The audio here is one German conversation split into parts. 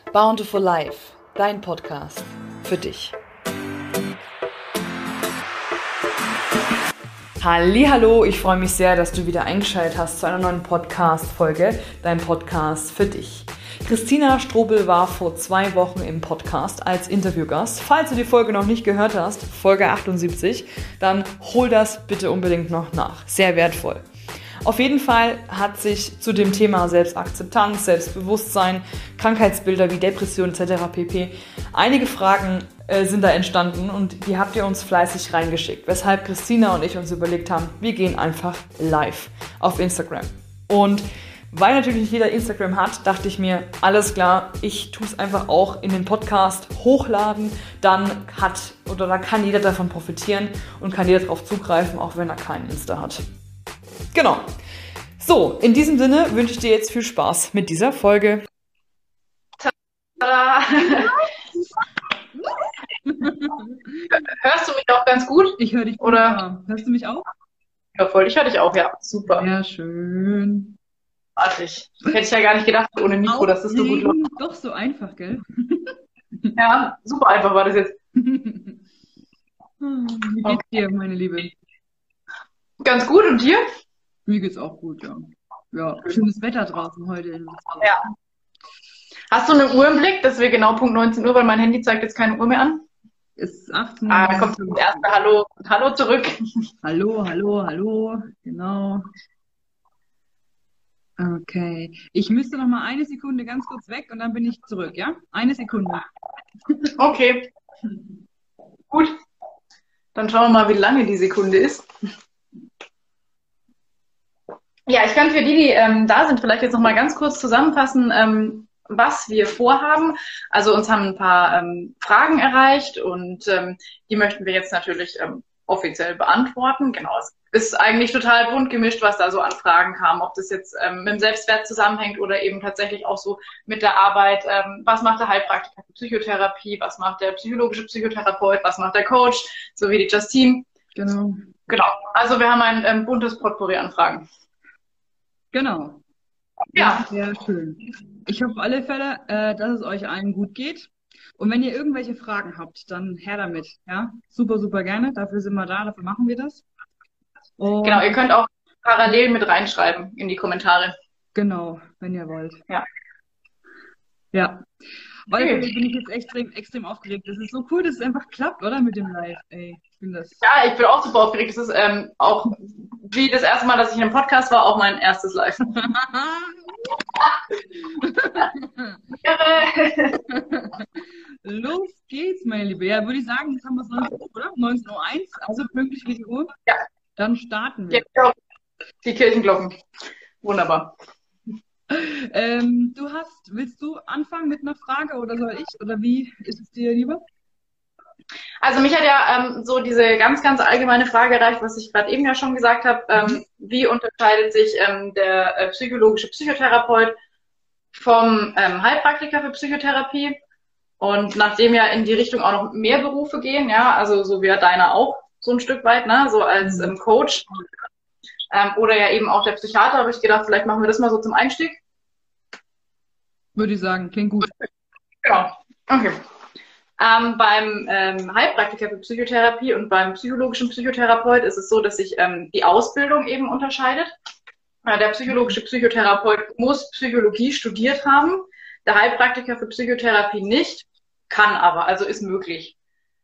Bountiful Life, dein Podcast für dich. Hallihallo, ich freue mich sehr, dass du wieder eingeschaltet hast zu einer neuen Podcast-Folge, dein Podcast für dich. Christina Strobel war vor 2 Wochen im Podcast als Interviewgast. Falls du die Folge noch nicht gehört hast, Folge 78, dann hol das bitte unbedingt noch nach. Sehr wertvoll. Auf jeden Fall hat sich zu dem Thema Selbstakzeptanz, Selbstbewusstsein, Krankheitsbilder wie Depression etc. pp. Einige Fragen sind da entstanden und die habt ihr uns fleißig reingeschickt, weshalb Christina und ich uns überlegt haben, wir gehen einfach live auf Instagram. Und weil natürlich nicht jeder Instagram hat, dachte ich mir, alles klar, ich tue es einfach auch in den Podcast hochladen, dann kann jeder davon profitieren und kann jeder darauf zugreifen, auch wenn er keinen Insta hat. Genau. So, in diesem Sinne wünsche ich dir jetzt viel Spaß mit dieser Folge. Tada! Hörst du mich auch ganz gut? Ich höre dich gut. Oder? Hörst du mich auch? Ja, voll. Ich höre dich auch, ja. Super. Ja, schön. Artig. Hätte ich ja gar nicht gedacht, ohne Mikro, dass das so gut läuft. Doch so einfach, gell? Ja, super einfach war das jetzt. Wie geht's dir, meine Liebe? Ganz gut, und dir? Mir geht's auch gut, ja. Ja, schönes Wetter draußen heute in Würzburg. Ja. Hast du eine Uhr im Blick, dass wir genau Punkt 19 Uhr, weil mein Handy zeigt jetzt keine Uhr mehr an? Ist 18 Uhr. Da kommt das erste Hallo. Hallo zurück. Hallo, genau. Okay. Ich müsste noch mal eine Sekunde ganz kurz weg und dann bin ich zurück, ja? Eine Sekunde. Okay. Gut. Dann schauen wir mal, wie lange die Sekunde ist. Ja, ich kann für die da sind, vielleicht jetzt noch mal ganz kurz zusammenfassen, was wir vorhaben. Also uns haben ein paar Fragen erreicht und die möchten wir jetzt natürlich offiziell beantworten. Genau, es ist eigentlich total bunt gemischt, was da so an Fragen kam, ob das jetzt mit dem Selbstwert zusammenhängt oder eben tatsächlich auch so mit der Arbeit. Was macht der Heilpraktiker für Psychotherapie? Was macht der psychologische Psychotherapeut? Was macht der Coach? So wie die Justine. Genau. Also wir haben ein buntes Potpourri an Fragen. Genau. Ja. Sehr schön. Ich hoffe auf alle Fälle, dass es euch allen gut geht. Und wenn ihr irgendwelche Fragen habt, dann her damit. Ja, super, super gerne. Dafür sind wir da, dafür machen wir das. Und Genau, ihr könnt auch parallel mit reinschreiben in die Kommentare. genau, wenn ihr wollt. Ja. Ja. Weil Okay. bin ich jetzt extrem aufgeregt. Das ist so cool, dass es einfach klappt, oder? Mit dem Live. Ey, ich bin das. Ja, ich bin auch super aufgeregt. Das ist auch wie das erste Mal, dass ich in einem Podcast war, auch mein erstes Live. Los geht's, meine Liebe. Ja, würde ich sagen, jetzt haben wir es 19 Uhr, oder? 19.01 Uhr, also pünktlich wie die Uhr. Ja. Dann starten wir. Ja, die Kirchenglocken. Wunderbar. Willst du anfangen mit einer Frage oder soll ich? Oder wie ist es dir lieber? Also mich hat ja so diese ganz, ganz allgemeine Frage erreicht, was ich gerade eben ja schon gesagt habe. Wie unterscheidet sich der psychologische Psychotherapeut vom Heilpraktiker für Psychotherapie? Und nachdem ja in die Richtung auch noch mehr Berufe gehen, ja, also so wie ja deiner auch so ein Stück weit, ne, so als Coach oder ja eben auch der Psychiater, habe ich gedacht, vielleicht machen wir das mal so zum Einstieg. Würde ich sagen, klingt gut. Genau, okay. Beim Heilpraktiker für Psychotherapie und beim psychologischen Psychotherapeut ist es so, dass sich die Ausbildung eben unterscheidet. Der psychologische Psychotherapeut muss Psychologie studiert haben, der Heilpraktiker für Psychotherapie nicht, kann aber, also ist möglich.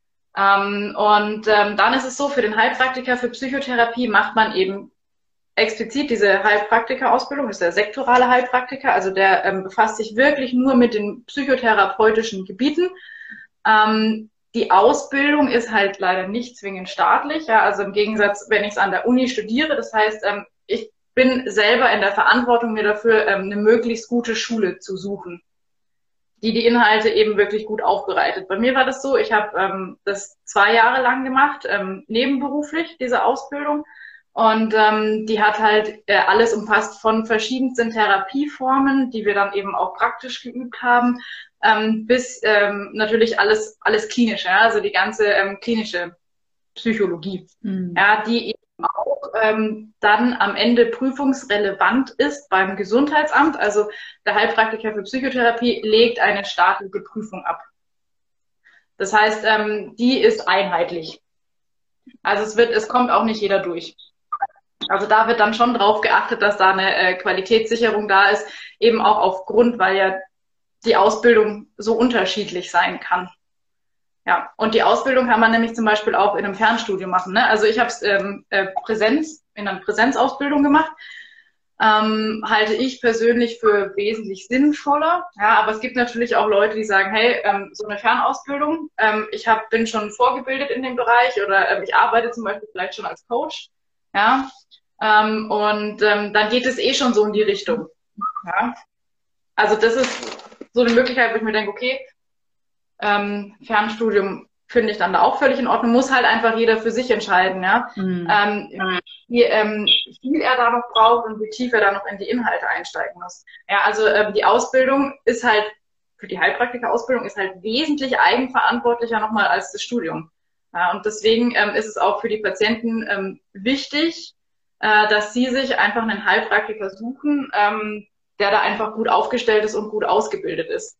Dann ist es so, für den Heilpraktiker für Psychotherapie macht man eben explizit diese Heilpraktiker-Ausbildung, das ist der sektorale Heilpraktiker, also der befasst sich wirklich nur mit den psychotherapeutischen Gebieten. Die Ausbildung ist halt leider nicht zwingend staatlich, ja, also im Gegensatz, wenn ich es an der Uni studiere, das heißt, ich bin selber in der Verantwortung, mir dafür eine möglichst gute Schule zu suchen, die Inhalte eben wirklich gut aufbereitet. Bei mir war das so, ich habe das 2 Jahre lang gemacht, nebenberuflich, diese Ausbildung. Und die hat halt alles umfasst von verschiedensten Therapieformen, die wir dann eben auch praktisch geübt haben, bis natürlich alles klinisch, ja, also die ganze klinische Psychologie, ja, die auch dann am Ende prüfungsrelevant ist beim Gesundheitsamt. Also der Heilpraktiker für Psychotherapie legt eine staatliche Prüfung ab. Das heißt, die ist einheitlich. Also es kommt auch nicht jeder durch. Also da wird dann schon drauf geachtet, dass da eine Qualitätssicherung da ist, eben auch aufgrund, weil ja die Ausbildung so unterschiedlich sein kann. Ja, und die Ausbildung kann man nämlich zum Beispiel auch in einem Fernstudium machen. Ne? Also ich habe es in einer Präsenzausbildung gemacht. Halte ich persönlich für wesentlich sinnvoller. Ja, aber es gibt natürlich auch Leute, die sagen, hey, so eine Fernausbildung, bin schon vorgebildet in dem Bereich oder ich arbeite zum Beispiel vielleicht schon als Coach. Ja, dann geht es eh schon so in die Richtung. Ja, also das ist so eine Möglichkeit, wo ich mir denke, okay, Fernstudium finde ich dann da auch völlig in Ordnung, muss halt einfach jeder für sich entscheiden, ja. Wie viel er da noch braucht und wie tief er da noch in die Inhalte einsteigen muss. Ja, also die Ausbildung ist halt, für die Heilpraktiker-Ausbildung ist halt wesentlich eigenverantwortlicher nochmal als das Studium. Ja, und deswegen ist es auch für die Patienten wichtig, dass sie sich einfach einen Heilpraktiker suchen, der da einfach gut aufgestellt ist und gut ausgebildet ist.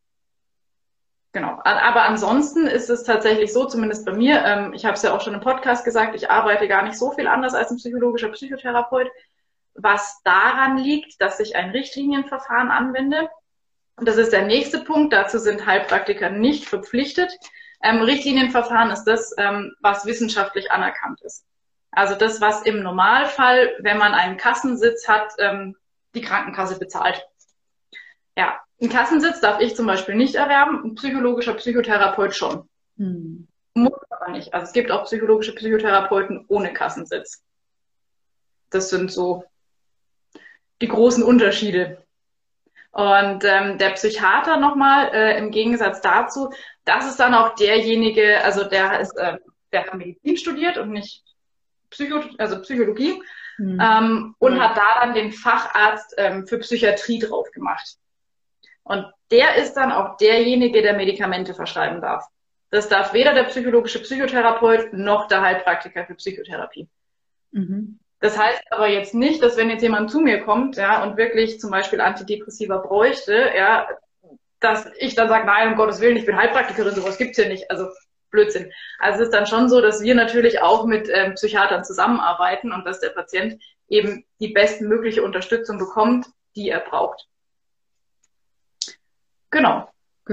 Genau. Aber ansonsten ist es tatsächlich so, zumindest bei mir, ich habe es ja auch schon im Podcast gesagt, ich arbeite gar nicht so viel anders als ein psychologischer Psychotherapeut, was daran liegt, dass ich ein Richtlinienverfahren anwende. Und das ist der nächste Punkt. Dazu sind Heilpraktiker nicht verpflichtet. Richtlinienverfahren ist das, was wissenschaftlich anerkannt ist. Also das, was im Normalfall, wenn man einen Kassensitz hat, die Krankenkasse bezahlt. Ja, einen Kassensitz darf ich zum Beispiel nicht erwerben, ein psychologischer Psychotherapeut schon. Muss aber nicht. Also es gibt auch psychologische Psychotherapeuten ohne Kassensitz. Das sind so die großen Unterschiede. Und der Psychiater nochmal, im Gegensatz dazu, das ist dann auch derjenige, also der hat Medizin studiert und nicht Psychologie, und hat da dann den Facharzt für Psychiatrie drauf gemacht. Und der ist dann auch derjenige, der Medikamente verschreiben darf. Das darf weder der psychologische Psychotherapeut noch der Heilpraktiker für Psychotherapie. Das heißt aber jetzt nicht, dass wenn jetzt jemand zu mir kommt, ja, und wirklich zum Beispiel Antidepressiva bräuchte, ja, dass ich dann sage, nein, um Gottes Willen, ich bin Heilpraktikerin, sowas gibt's hier nicht. Also Blödsinn. Also es ist dann schon so, dass wir natürlich auch mit Psychiatern zusammenarbeiten und dass der Patient eben die bestmögliche Unterstützung bekommt, die er braucht. Genau.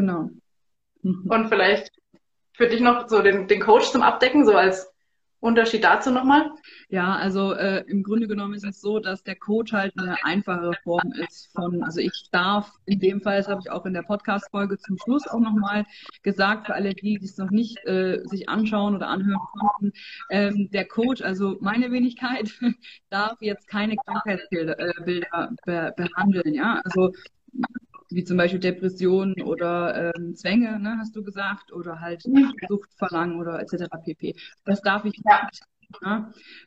Und vielleicht für dich noch so den Coach zum Abdecken, so als Unterschied dazu nochmal? Ja, also im Grunde genommen ist es so, dass der Coach halt eine einfachere Form ist also ich darf in dem Fall, das habe ich auch in der Podcast-Folge zum Schluss auch nochmal gesagt, für alle die es noch nicht sich anschauen oder anhören konnten, der Coach, also meine Wenigkeit, darf jetzt keine Krankheitsbilder behandeln, ja, also wie zum Beispiel Depressionen oder Zwänge, ne, hast du gesagt, oder halt Suchtverlangen oder etc. pp. Das darf ich nicht. Ja.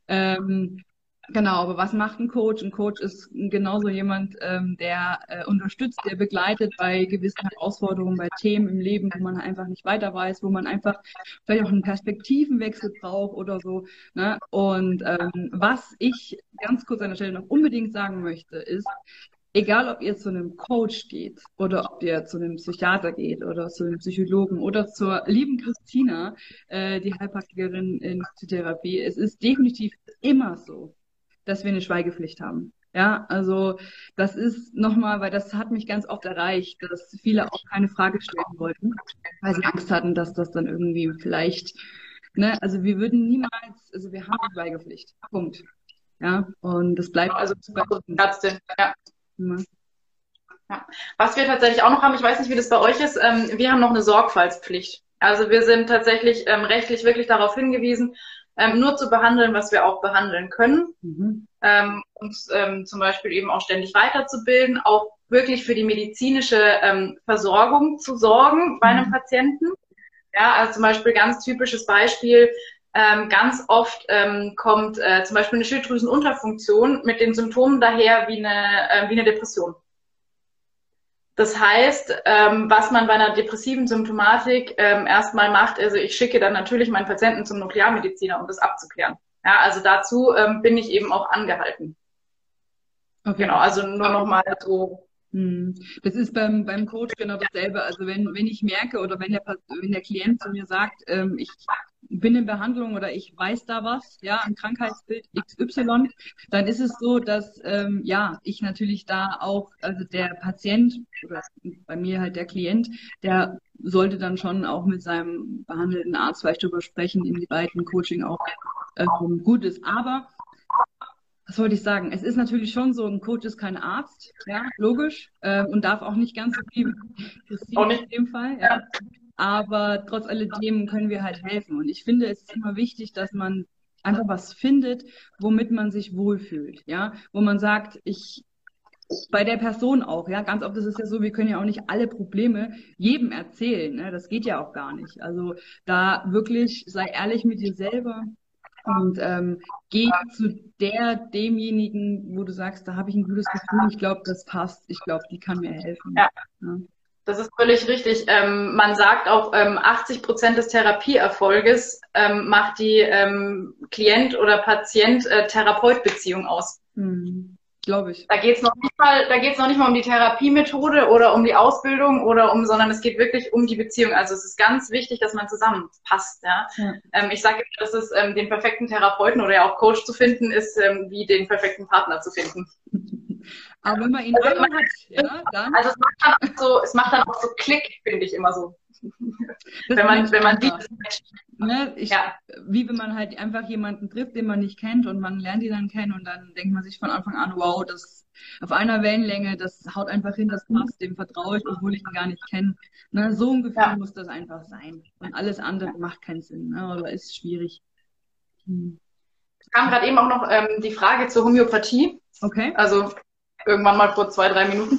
Genau, aber was macht ein Coach? Ein Coach ist genauso jemand, der unterstützt, der begleitet bei gewissen Herausforderungen, bei Themen im Leben, wo man einfach nicht weiter weiß, wo man einfach vielleicht auch einen Perspektivenwechsel braucht oder so. Ne? Und was ich ganz kurz an der Stelle noch unbedingt sagen möchte, ist, egal, ob ihr zu einem Coach geht oder ob ihr zu einem Psychiater geht oder zu einem Psychologen oder zur lieben Christina, die Heilpraktikerin in Psychotherapie, es ist definitiv immer so, dass wir eine Schweigepflicht haben. Ja, also das ist nochmal, weil das hat mich ganz oft erreicht, dass viele auch keine Frage stellen wollten, weil sie Angst hatten, dass das dann irgendwie vielleicht, ne, also wir würden niemals, also wir haben eine Schweigepflicht. Punkt. Ja, und das bleibt also bei Ärztin, ja. Ja. Was wir tatsächlich auch noch haben, ich weiß nicht, wie das bei euch ist, wir haben noch eine Sorgfaltspflicht. Also wir sind tatsächlich rechtlich wirklich darauf hingewiesen, nur zu behandeln, was wir auch behandeln können. Uns zum Beispiel eben auch ständig weiterzubilden, auch wirklich für die medizinische Versorgung zu sorgen bei einem Patienten. Ja, also zum Beispiel ganz typisches Beispiel, ganz oft kommt zum Beispiel eine Schilddrüsenunterfunktion mit den Symptomen daher wie eine Depression. Das heißt, was man bei einer depressiven Symptomatik erstmal macht, also ich schicke dann natürlich meinen Patienten zum Nuklearmediziner, um das abzuklären. Ja, also dazu bin ich eben auch angehalten. Okay. Genau, also nur nochmal so. Das ist beim Coach genau dasselbe. Also wenn ich merke oder wenn der Klient zu mir sagt, ich bin in Behandlung oder ich weiß da was, ja, ein Krankheitsbild XY, dann ist es so, dass ja, ich natürlich da auch, also der Patient oder bei mir halt der Klient, der sollte dann schon auch mit seinem behandelnden Arzt vielleicht drüber sprechen, inwieweit ein Coaching auch gut ist. Aber was wollte ich sagen? Es ist natürlich schon so, ein Coach ist kein Arzt, ja, logisch, und darf auch nicht ganz so viel wie Christine in dem Fall, ja. Aber trotz alledem können wir halt helfen. Und ich finde, es ist immer wichtig, dass man einfach was findet, womit man sich wohlfühlt, ja, wo man sagt, bei der Person auch, ja, ganz oft ist es ja so, wir können ja auch nicht alle Probleme jedem erzählen, ne? Das geht ja auch gar nicht. Also da wirklich sei ehrlich mit dir selber. Und geh zu demjenigen, wo du sagst, da habe ich ein gutes Gefühl, ich glaube, das passt, ich glaube, die kann mir helfen. Ja. Ja. Das ist völlig richtig. Man sagt auch, 80% des Therapieerfolges macht die Klient- oder Patient-Therapeut-Beziehung aus. Glaube ich. Da geht's noch nicht mal um die Therapiemethode oder um die Ausbildung sondern es geht wirklich um die Beziehung. Also es ist ganz wichtig, dass man zusammenpasst. Ja? Ich sage immer, dass es den perfekten Therapeuten oder ja auch Coach zu finden ist, wie den perfekten Partner zu finden. Aber wenn man ihn einmal hat, ja, dann. Also es macht dann auch so Klick, finde ich immer so. Wenn man sieht, ne, wie wenn man halt einfach jemanden trifft, den man nicht kennt und man lernt ihn dann kennen und dann denkt man sich von Anfang an, wow, das auf einer Wellenlänge, das haut einfach hin, das passt, dem vertraue ich, obwohl ich ihn gar nicht kenne. Ne, so ein Gefühl muss das einfach sein. Und alles andere macht keinen Sinn, ne, oder ist schwierig. Es kam gerade eben auch noch die Frage zur Homöopathie. Okay. Also irgendwann mal vor 2-3 Minuten.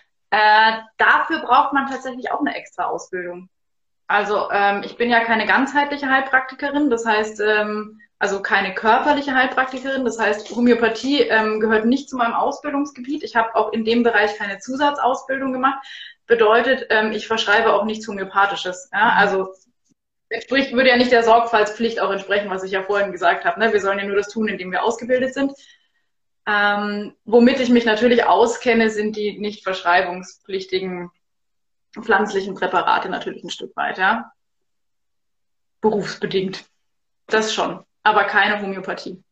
Dafür braucht man tatsächlich auch eine extra Ausbildung. Also ich bin ja keine ganzheitliche Heilpraktikerin, das heißt, also keine körperliche Heilpraktikerin, das heißt, Homöopathie gehört nicht zu meinem Ausbildungsgebiet. Ich habe auch in dem Bereich keine Zusatzausbildung gemacht. Bedeutet, ich verschreibe auch nichts Homöopathisches. Ja? Also sprich, würde ja nicht der Sorgfaltspflicht auch entsprechen, was ich ja vorhin gesagt habe. Ne? Wir sollen ja nur das tun, indem wir ausgebildet sind. Womit ich mich natürlich auskenne, sind die nicht verschreibungspflichtigen pflanzlichen Präparate natürlich ein Stück weit, ja. Berufsbedingt. Das schon. Aber keine Homöopathie.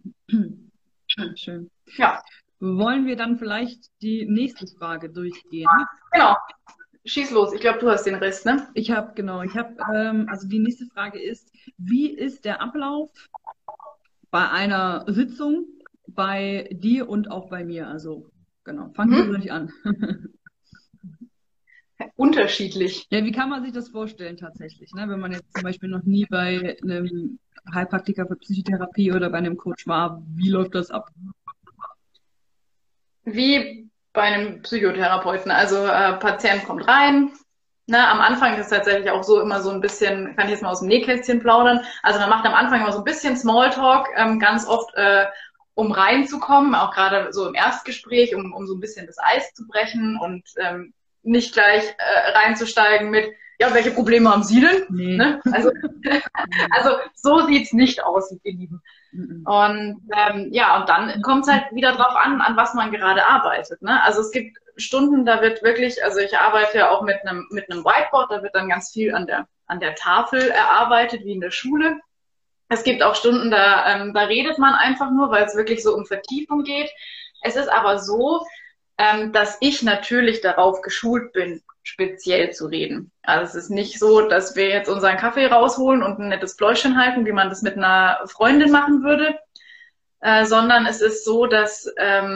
Schön. Ja. Wollen wir dann vielleicht die nächste Frage durchgehen? Genau. Schieß los. Ich glaube, du hast den Rest, ne? Also die nächste Frage ist, wie ist der Ablauf bei einer Sitzung bei dir und auch bei mir? Also, genau. Fangen wir gleich an. Unterschiedlich. Ja, wie kann man sich das vorstellen tatsächlich, ne? Wenn man jetzt zum Beispiel noch nie bei einem Heilpraktiker für Psychotherapie oder bei einem Coach war, wie läuft das ab? Wie bei einem Psychotherapeuten. Also Patient kommt rein. Ne, am Anfang ist es tatsächlich auch so immer so ein bisschen, kann ich jetzt mal aus dem Nähkästchen plaudern. Also man macht am Anfang immer so ein bisschen Smalltalk, ganz oft um reinzukommen, auch gerade so im Erstgespräch, um so ein bisschen das Eis zu brechen und nicht gleich reinzusteigen mit, ja, welche Probleme haben Sie denn? Nee. Ne? Also so sieht's nicht aus, ihr Lieben. Und ja, und dann kommt es halt wieder drauf an was man gerade arbeitet. Ne? Also es gibt Stunden, da wird wirklich, also ich arbeite ja auch mit einem Whiteboard, da wird dann ganz viel an der Tafel erarbeitet, wie in der Schule. Es gibt auch Stunden, da redet man einfach nur, weil es wirklich so um Vertiefung geht. Es ist aber so, dass ich natürlich darauf geschult bin, speziell zu reden. Also es ist nicht so, dass wir jetzt unseren Kaffee rausholen und ein nettes Pläuschchen halten, wie man das mit einer Freundin machen würde, sondern es ist so, dass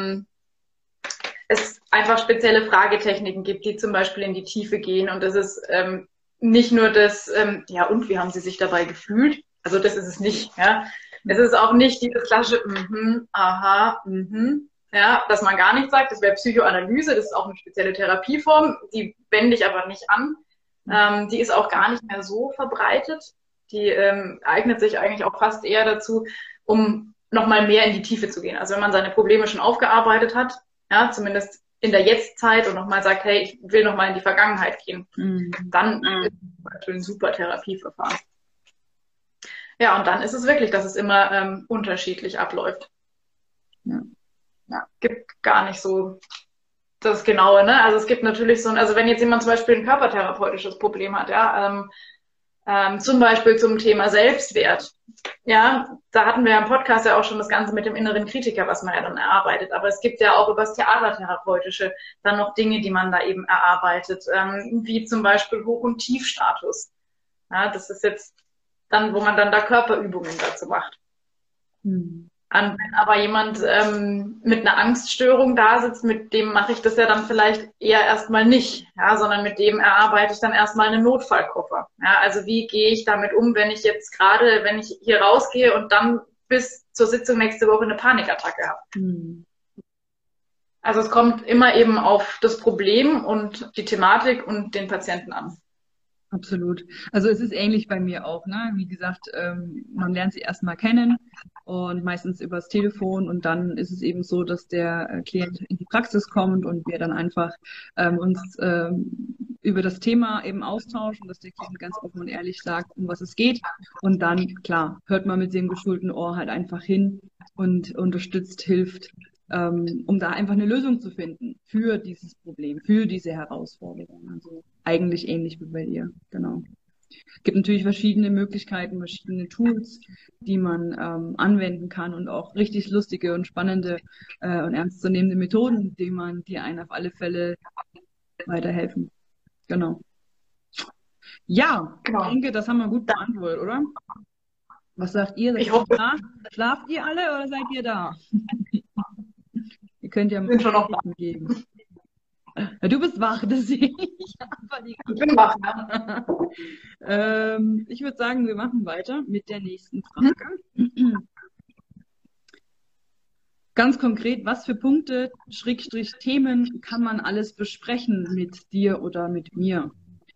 es einfach spezielle Fragetechniken gibt, die zum Beispiel in die Tiefe gehen. Und das ist nicht nur das, ja, und wie haben Sie sich dabei gefühlt? Also das ist es nicht. Ja, es ist auch nicht dieses klassische, aha, ja, dass man gar nichts sagt. Das wäre Psychoanalyse. Das ist auch eine spezielle Therapieform. Die wende ich aber nicht an. Die ist auch gar nicht mehr so verbreitet. Die eignet sich eigentlich auch fast eher dazu, um nochmal mehr in die Tiefe zu gehen. Also wenn man seine Probleme schon aufgearbeitet hat, ja, zumindest in der Jetztzeit und nochmal sagt, hey, ich will nochmal in die Vergangenheit gehen, dann ist das ein super Therapieverfahren. Ja, und dann ist es wirklich, dass es immer unterschiedlich abläuft. Ja. Ja, gibt gar nicht so das Genaue, ne? Also es gibt natürlich also wenn jetzt jemand zum Beispiel ein körpertherapeutisches Problem hat, ja, zum Beispiel zum Thema Selbstwert, ja, da hatten wir ja im Podcast ja auch schon das Ganze mit dem inneren Kritiker, was man ja dann erarbeitet. Aber es gibt ja auch über das Theatertherapeutische dann noch Dinge, die man da eben erarbeitet, wie zum Beispiel Hoch- und Tiefstatus. Ja, das ist jetzt dann, wo man dann da Körperübungen dazu macht. Wenn aber jemand mit einer Angststörung da sitzt, mit dem mache ich das ja dann vielleicht eher erstmal nicht, ja, sondern mit dem erarbeite ich dann erstmal einen Notfallkoffer. Ja, also wie gehe ich damit um, wenn ich jetzt gerade, wenn ich hier rausgehe und dann bis zur Sitzung nächste Woche eine Panikattacke habe. Also es kommt immer eben auf das Problem und die Thematik und den Patienten an. Absolut. Also es ist ähnlich bei mir auch, ne? Wie gesagt, man lernt sie erstmal kennen und meistens übers Telefon und dann ist es eben so, dass der Klient in die Praxis kommt und wir dann einfach uns über das Thema eben austauschen, dass der Klient ganz offen und ehrlich sagt, um was es geht und dann, klar, hört man mit dem geschulten Ohr halt einfach hin und unterstützt, hilft, um da einfach eine Lösung zu finden für dieses Problem, für diese Herausforderung. Also eigentlich ähnlich wie bei dir, genau. Es gibt natürlich verschiedene Möglichkeiten, verschiedene Tools, die man anwenden kann und auch richtig lustige und spannende und ernstzunehmende Methoden, die einen auf alle Fälle weiterhelfen. Genau. Ja, Genau. ich denke, das haben wir gut beantwortet, oder? Was sagt ihr? Ich hoffe, Schlaft ihr alle oder seid ihr da? Ihr könnt ja mal sind schon noch Nachrichten geben. Ja, du bist wach, deswegen. ich bin wach. Ja. Ich würde sagen, wir machen weiter mit der nächsten Frage. Ganz konkret, was für Punkte, Schrägstrich Themen kann man alles besprechen mit dir oder mit mir?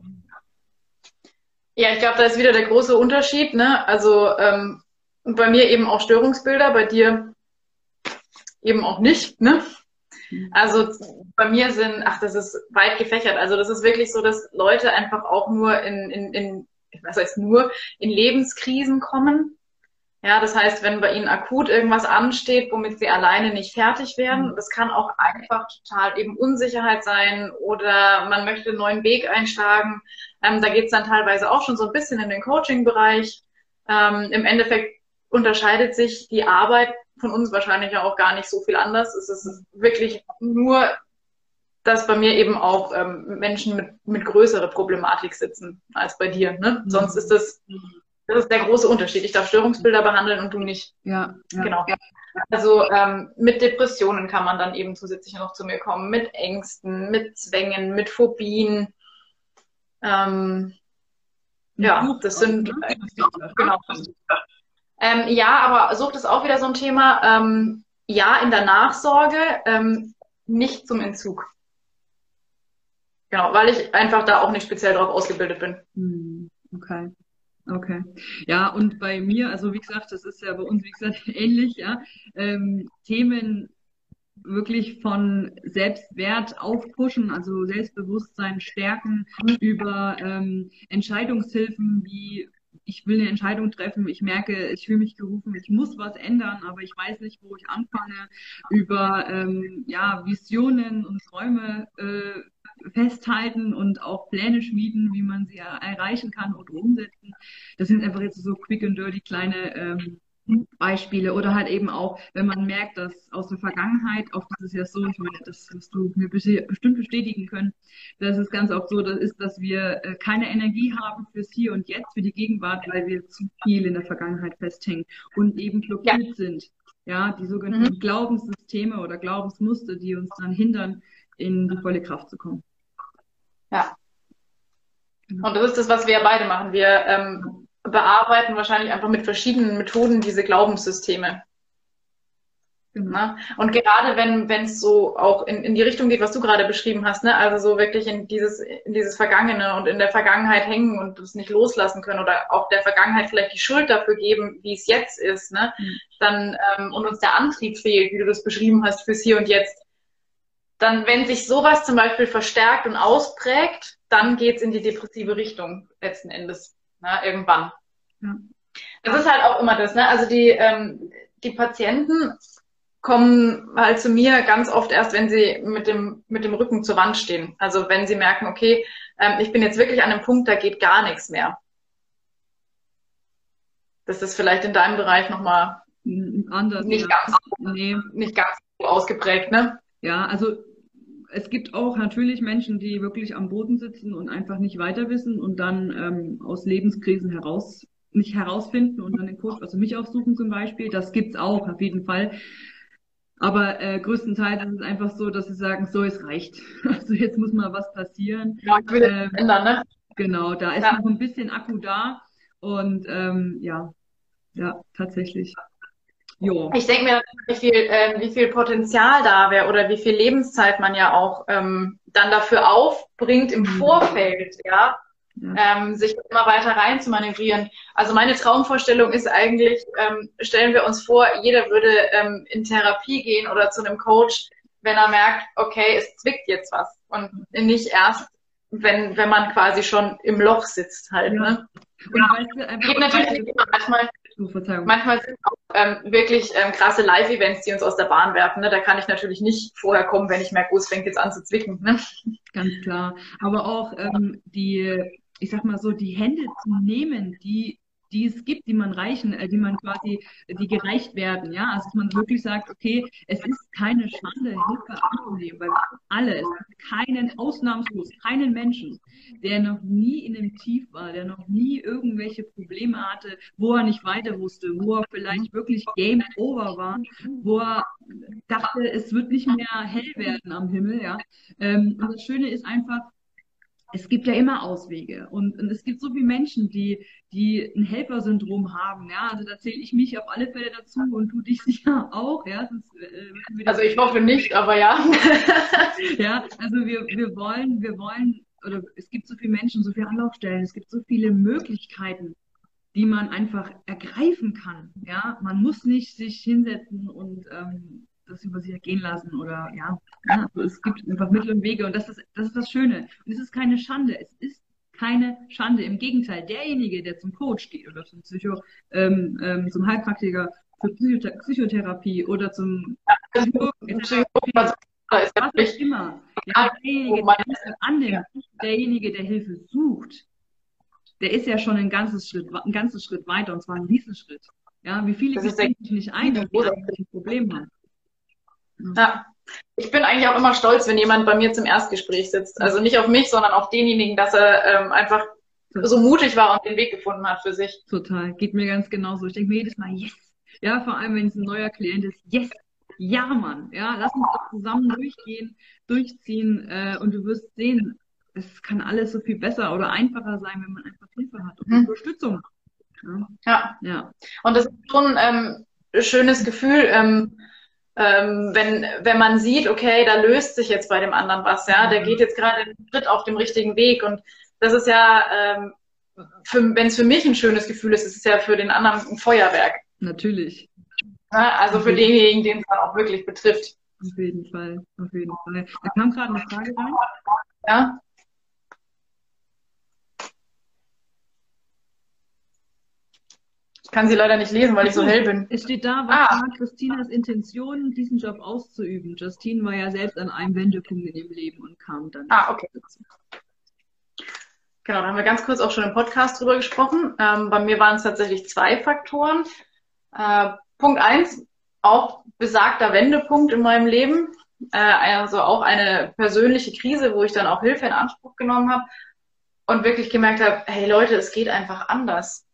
Ja, ich glaube, da ist wieder der große Unterschied, ne? Also bei mir eben auch Störungsbilder, bei dir eben auch nicht, ne? Also bei mir das ist weit gefächert. Also das ist wirklich so, dass Leute einfach auch nur was heißt nur, in Lebenskrisen kommen. Ja, das heißt, wenn bei ihnen akut irgendwas ansteht, womit sie alleine nicht fertig werden, das kann auch einfach total eben Unsicherheit sein oder man möchte einen neuen Weg einschlagen. Da geht's dann teilweise auch schon so ein bisschen in den Coaching-Bereich. Im Endeffekt unterscheidet sich die Arbeit von uns wahrscheinlich auch gar nicht so viel anders. Es ist wirklich nur, dass bei mir eben auch Menschen mit größerer Problematik sitzen als bei dir. Ne? Sonst ist das ist der große Unterschied. Ich darf Störungsbilder behandeln und du nicht. Ja. Genau. Also mit Depressionen kann man dann eben zusätzlich noch zu mir kommen, mit Ängsten, mit Zwängen, mit Phobien. Ja, das sind genau. Ja, aber Sucht ist auch wieder so ein Thema. Ja, in der Nachsorge, nicht zum Entzug. Genau, weil ich einfach da auch nicht speziell drauf ausgebildet bin. Okay. Okay. Ja, und bei mir, also wie gesagt, das ist ja bei uns, wie gesagt, ähnlich, ja. Themen wirklich von Selbstwert aufpushen, also Selbstbewusstsein stärken, über Entscheidungshilfen wie ich will eine Entscheidung treffen, ich merke, ich fühle mich gerufen, ich muss was ändern, aber ich weiß nicht, wo ich anfange, über Visionen und Träume festhalten und auch Pläne schmieden, wie man sie erreichen kann oder umsetzen. Das sind einfach jetzt so quick and dirty kleine Beispiele oder halt eben auch, wenn man merkt, dass aus der Vergangenheit, auch das ist ja so, ich meine, das wirst du mir bestimmt bestätigen können, dass es ganz oft so ist, dass wir keine Energie haben fürs Hier und Jetzt, für die Gegenwart, weil wir zu viel in der Vergangenheit festhängen und eben blockiert sind. Ja, die sogenannten Glaubenssysteme oder Glaubensmuster, die uns dann hindern, in die volle Kraft zu kommen. Ja. Genau. Und das ist das, was wir ja beide machen. Wir bearbeiten wahrscheinlich einfach mit verschiedenen Methoden diese Glaubenssysteme. Genau. Und gerade wenn es so auch in die Richtung geht, was du gerade beschrieben hast, ne? Also so wirklich in dieses Vergangene und in der Vergangenheit hängen und es nicht loslassen können oder auch der Vergangenheit vielleicht die Schuld dafür geben, wie es jetzt ist, ne? Dann und uns der Antrieb fehlt, wie du das beschrieben hast, fürs Hier und Jetzt. Dann, wenn sich sowas zum Beispiel verstärkt und ausprägt, dann geht's in die depressive Richtung letzten Endes, ne? Irgendwann. Ja. Das ist halt auch immer das, ne? Also die Patienten kommen halt zu mir ganz oft erst, wenn sie mit dem Rücken zur Wand stehen. Also wenn sie merken, okay, ich bin jetzt wirklich an einem Punkt, da geht gar nichts mehr. Das ist vielleicht in deinem Bereich nochmal anders, nicht ja. ganz, nicht ganz so ausgeprägt, ne? Ja, also es gibt auch natürlich Menschen, die wirklich am Boden sitzen und einfach nicht weiter wissen und dann aus Lebenskrisen nicht herausfinden und dann den Coach, also mich aufsuchen zum Beispiel. Das gibt's auch auf jeden Fall. Aber größtenteils ist es einfach so, dass sie sagen, so, es reicht. Also jetzt muss mal was passieren. Ja, ich will das ändern, ne? Genau, da ist noch ein bisschen Akku da und ja, tatsächlich. Jo. Ich denke mir, wie viel Potenzial da wäre oder wie viel Lebenszeit man ja auch dann dafür aufbringt im Vorfeld, ja, sich immer weiter rein zu manövrieren. Also meine Traumvorstellung ist eigentlich, stellen wir uns vor, jeder würde in Therapie gehen oder zu einem Coach, wenn er merkt, okay, es zwickt jetzt was und nicht erst, wenn man quasi schon im Loch sitzt halt. Ja. Ne? Ja, geht natürlich nicht immer. Manchmal sind auch wirklich krasse Live-Events, die uns aus der Bahn werfen. Ne? Da kann ich natürlich nicht vorher kommen, wenn ich merke, oh, es fängt jetzt an zu zwicken. Ne? Ganz klar. Aber auch ich sag mal so, die Hände zu nehmen, die es gibt, die man die gereicht werden, ja, also dass man wirklich sagt, okay, es ist keine Schande, Hilfe anzunehmen, weil alle, es gibt ausnahmslos keinen Menschen, der noch nie in einem Tief war, der noch nie irgendwelche Probleme hatte, wo er nicht weiter wusste, wo er vielleicht wirklich Game Over war, wo er dachte, es wird nicht mehr hell werden am Himmel, ja, und das Schöne ist einfach, es gibt ja immer Auswege und es gibt so viele Menschen, die ein Helfersyndrom haben, ja, also da zähle ich mich auf alle Fälle dazu und du dich sicher auch, ja. Sonst, also ich hoffe nicht, aber ja. Ja, also wir wollen, oder es gibt so viele Menschen, so viele Anlaufstellen, es gibt so viele Möglichkeiten, die man einfach ergreifen kann, ja. Man muss nicht sich hinsetzen und das über sich ergehen lassen oder ja, also es gibt einfach Mittel und Wege und das ist das Schöne. Und es ist keine Schande, es ist keine Schande. Im Gegenteil, derjenige, der zum Coach geht oder zum zum Heilpraktiker für Psychotherapie oder zum was auch immer, ja, derjenige, der Hilfe annimmt, derjenige, der Hilfe sucht, der ist ja schon ein ganzes Schritt weiter und zwar einen Riesenschritt. Ja, wie viele gestehen sich nicht ein, dass sie eigentlich ein Problem haben. Ja, ich bin eigentlich auch immer stolz, wenn jemand bei mir zum Erstgespräch sitzt. Also nicht auf mich, sondern auf denjenigen, dass er einfach so mutig war und den Weg gefunden hat für sich. Total, geht mir ganz genauso. Ich denke mir jedes Mal, yes. Ja, vor allem, wenn es ein neuer Klient ist, yes. Ja, Mann. Ja, lass uns doch zusammen durchziehen und du wirst sehen, es kann alles so viel besser oder einfacher sein, wenn man einfach Hilfe hat und Unterstützung. Ja. Und das ist schon ein schönes Gefühl, wenn man sieht, okay, da löst sich jetzt bei dem anderen was, ja, der geht jetzt gerade einen Schritt auf dem richtigen Weg und das ist ja, wenn es für mich ein schönes Gefühl ist, ist es ja für den anderen ein Feuerwerk. Natürlich. Ja, also für denjenigen, den es dann auch wirklich betrifft. Auf jeden Fall, auf jeden Fall. Da kam gerade eine Frage rein. Ja. Ich kann sie leider nicht lesen, weil ich so hell bin. Es steht da, was war Christinas Intention, diesen Job auszuüben? Justine war ja selbst an einem Wendepunkt in ihrem Leben und kam dann. Okay. Genau, da haben wir ganz kurz auch schon im Podcast drüber gesprochen. Bei mir waren es tatsächlich 2 Faktoren. Punkt 1, auch besagter Wendepunkt in meinem Leben. Also auch eine persönliche Krise, wo ich dann auch Hilfe in Anspruch genommen habe und wirklich gemerkt habe, hey Leute, es geht einfach anders.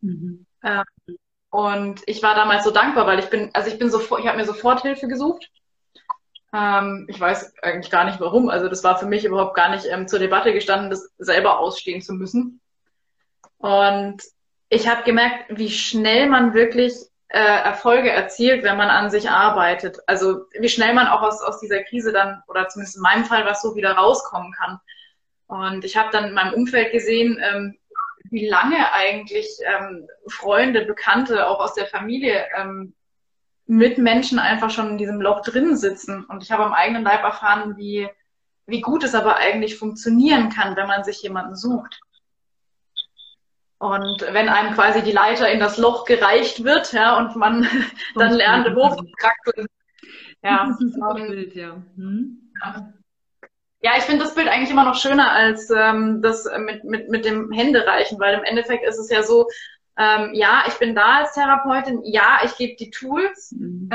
Und ich war damals so dankbar, weil ich habe mir sofort Hilfe gesucht. Ich weiß eigentlich gar nicht warum. Also das war für mich überhaupt gar nicht zur Debatte gestanden, das selber ausstehen zu müssen. Und ich habe gemerkt, wie schnell man wirklich Erfolge erzielt, wenn man an sich arbeitet. Also wie schnell man auch aus dieser Krise dann, oder zumindest in meinem Fall was so, wieder rauskommen kann. Und ich habe dann in meinem Umfeld gesehen, wie lange eigentlich Freunde, Bekannte, auch aus der Familie mit Menschen einfach schon in diesem Loch drin sitzen. Und ich habe am eigenen Leib erfahren, wie gut es aber eigentlich funktionieren kann, wenn man sich jemanden sucht. Und wenn einem quasi die Leiter in das Loch gereicht wird, ja, und man dann lernt, hoch zu kraxeln. Ja. Das ist ein super Bild, ja. Ja, ich finde das Bild eigentlich immer noch schöner als das mit dem Händereichen, weil im Endeffekt ist es ja so, ja, ich bin da als Therapeutin, ja, ich gebe die Tools,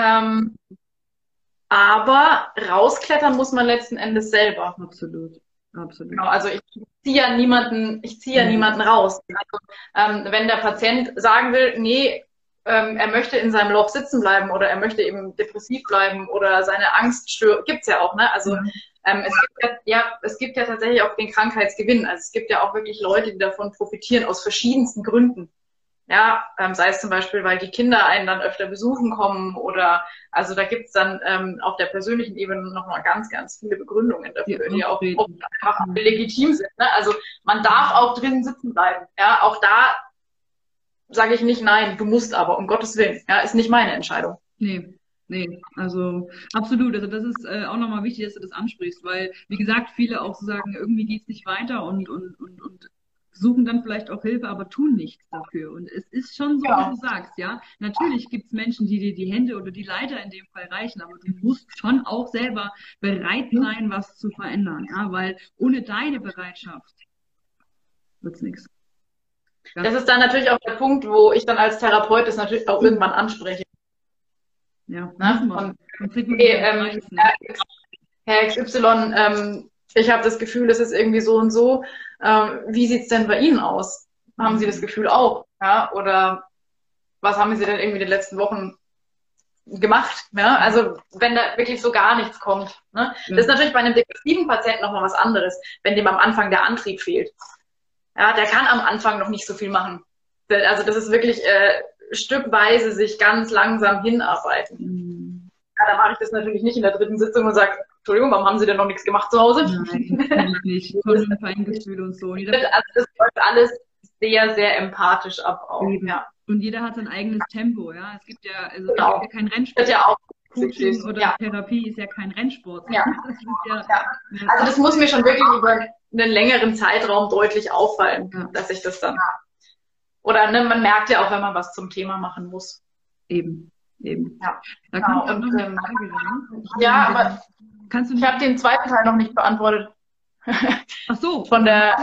aber rausklettern muss man letzten Endes selber. Absolut. Absolut. Genau, also ich ziehe ja niemanden raus. Also, wenn der Patient sagen will, nee, er möchte in seinem Loch sitzen bleiben oder er möchte eben depressiv bleiben oder seine Angst stört, gibt's ja auch, ne? Also es gibt ja tatsächlich auch den Krankheitsgewinn. Also es gibt ja auch wirklich Leute, die davon profitieren aus verschiedensten Gründen. Ja, sei es zum Beispiel, weil die Kinder einen dann öfter besuchen kommen oder, also da gibt's dann auf der persönlichen Ebene nochmal ganz, ganz viele Begründungen dafür, die auch oft einfach legitim sind. Ne? Also man darf auch drinnen sitzen bleiben. Ja, auch da sage ich nicht, nein, du musst aber, um Gottes Willen. Ja, ist nicht meine Entscheidung. Nee, also absolut. Also das ist auch nochmal wichtig, dass du das ansprichst, weil, wie gesagt, viele auch so sagen, irgendwie geht's nicht weiter und suchen dann vielleicht auch Hilfe, aber tun nichts dafür. Und es ist schon so, wie du sagst, ja. Natürlich gibt's Menschen, die dir die Hände oder die Leiter in dem Fall reichen, aber du musst schon auch selber bereit sein, was zu verändern, ja, weil ohne deine Bereitschaft wird's nichts. Das ist dann natürlich auch der Punkt, wo ich dann als Therapeut das natürlich auch irgendwann anspreche. Ja, ne? Herr XY, ich habe das Gefühl, es ist irgendwie so und so. Wie sieht's denn bei Ihnen aus? Haben Sie das Gefühl auch? Ja? Oder was haben Sie denn irgendwie in den letzten Wochen gemacht? Ja? Also wenn da wirklich so gar nichts kommt. Ne? Das ist natürlich bei einem depressiven Patienten nochmal was anderes, wenn dem am Anfang der Antrieb fehlt. Ja, der kann am Anfang noch nicht so viel machen. Also das ist wirklich stückweise sich ganz langsam hinarbeiten. Ja, da mache ich das natürlich nicht in der 3. Sitzung und sage, Entschuldigung, warum haben Sie denn noch nichts gemacht zu Hause? Nein, nicht. Von Feingefühl und so. Also das läuft alles sehr, sehr empathisch ab auch. Ja. Und jeder hat sein eigenes Tempo, ja. Es gibt ja, also genau. es gibt ja kein Rennsport. Das ja auch Coaching oder Therapie ist ja kein Rennsport. Ja. Also das muss mir schon wirklich über einen längeren Zeitraum deutlich auffallen, dass ich das dann oder ne, man merkt ja auch, wenn man was zum Thema machen muss. Eben. Ja. Da genau. kommt noch eine Frage rein. Ja, aber ich habe den zweiten Teil noch nicht beantwortet. Ach so. Von der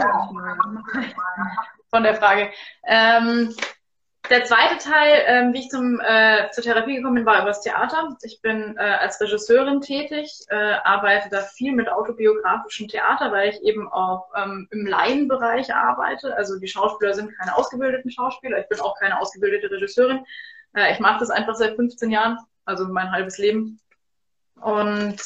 Frage. Der zweite Teil, wie ich zur Therapie gekommen bin, war über das Theater. Ich bin als Regisseurin tätig, arbeite da viel mit autobiografischem Theater, weil ich eben auch im Laienbereich arbeite. Also die Schauspieler sind keine ausgebildeten Schauspieler, ich bin auch keine ausgebildete Regisseurin. Ich mache das einfach seit 15 Jahren, also mein halbes Leben. Und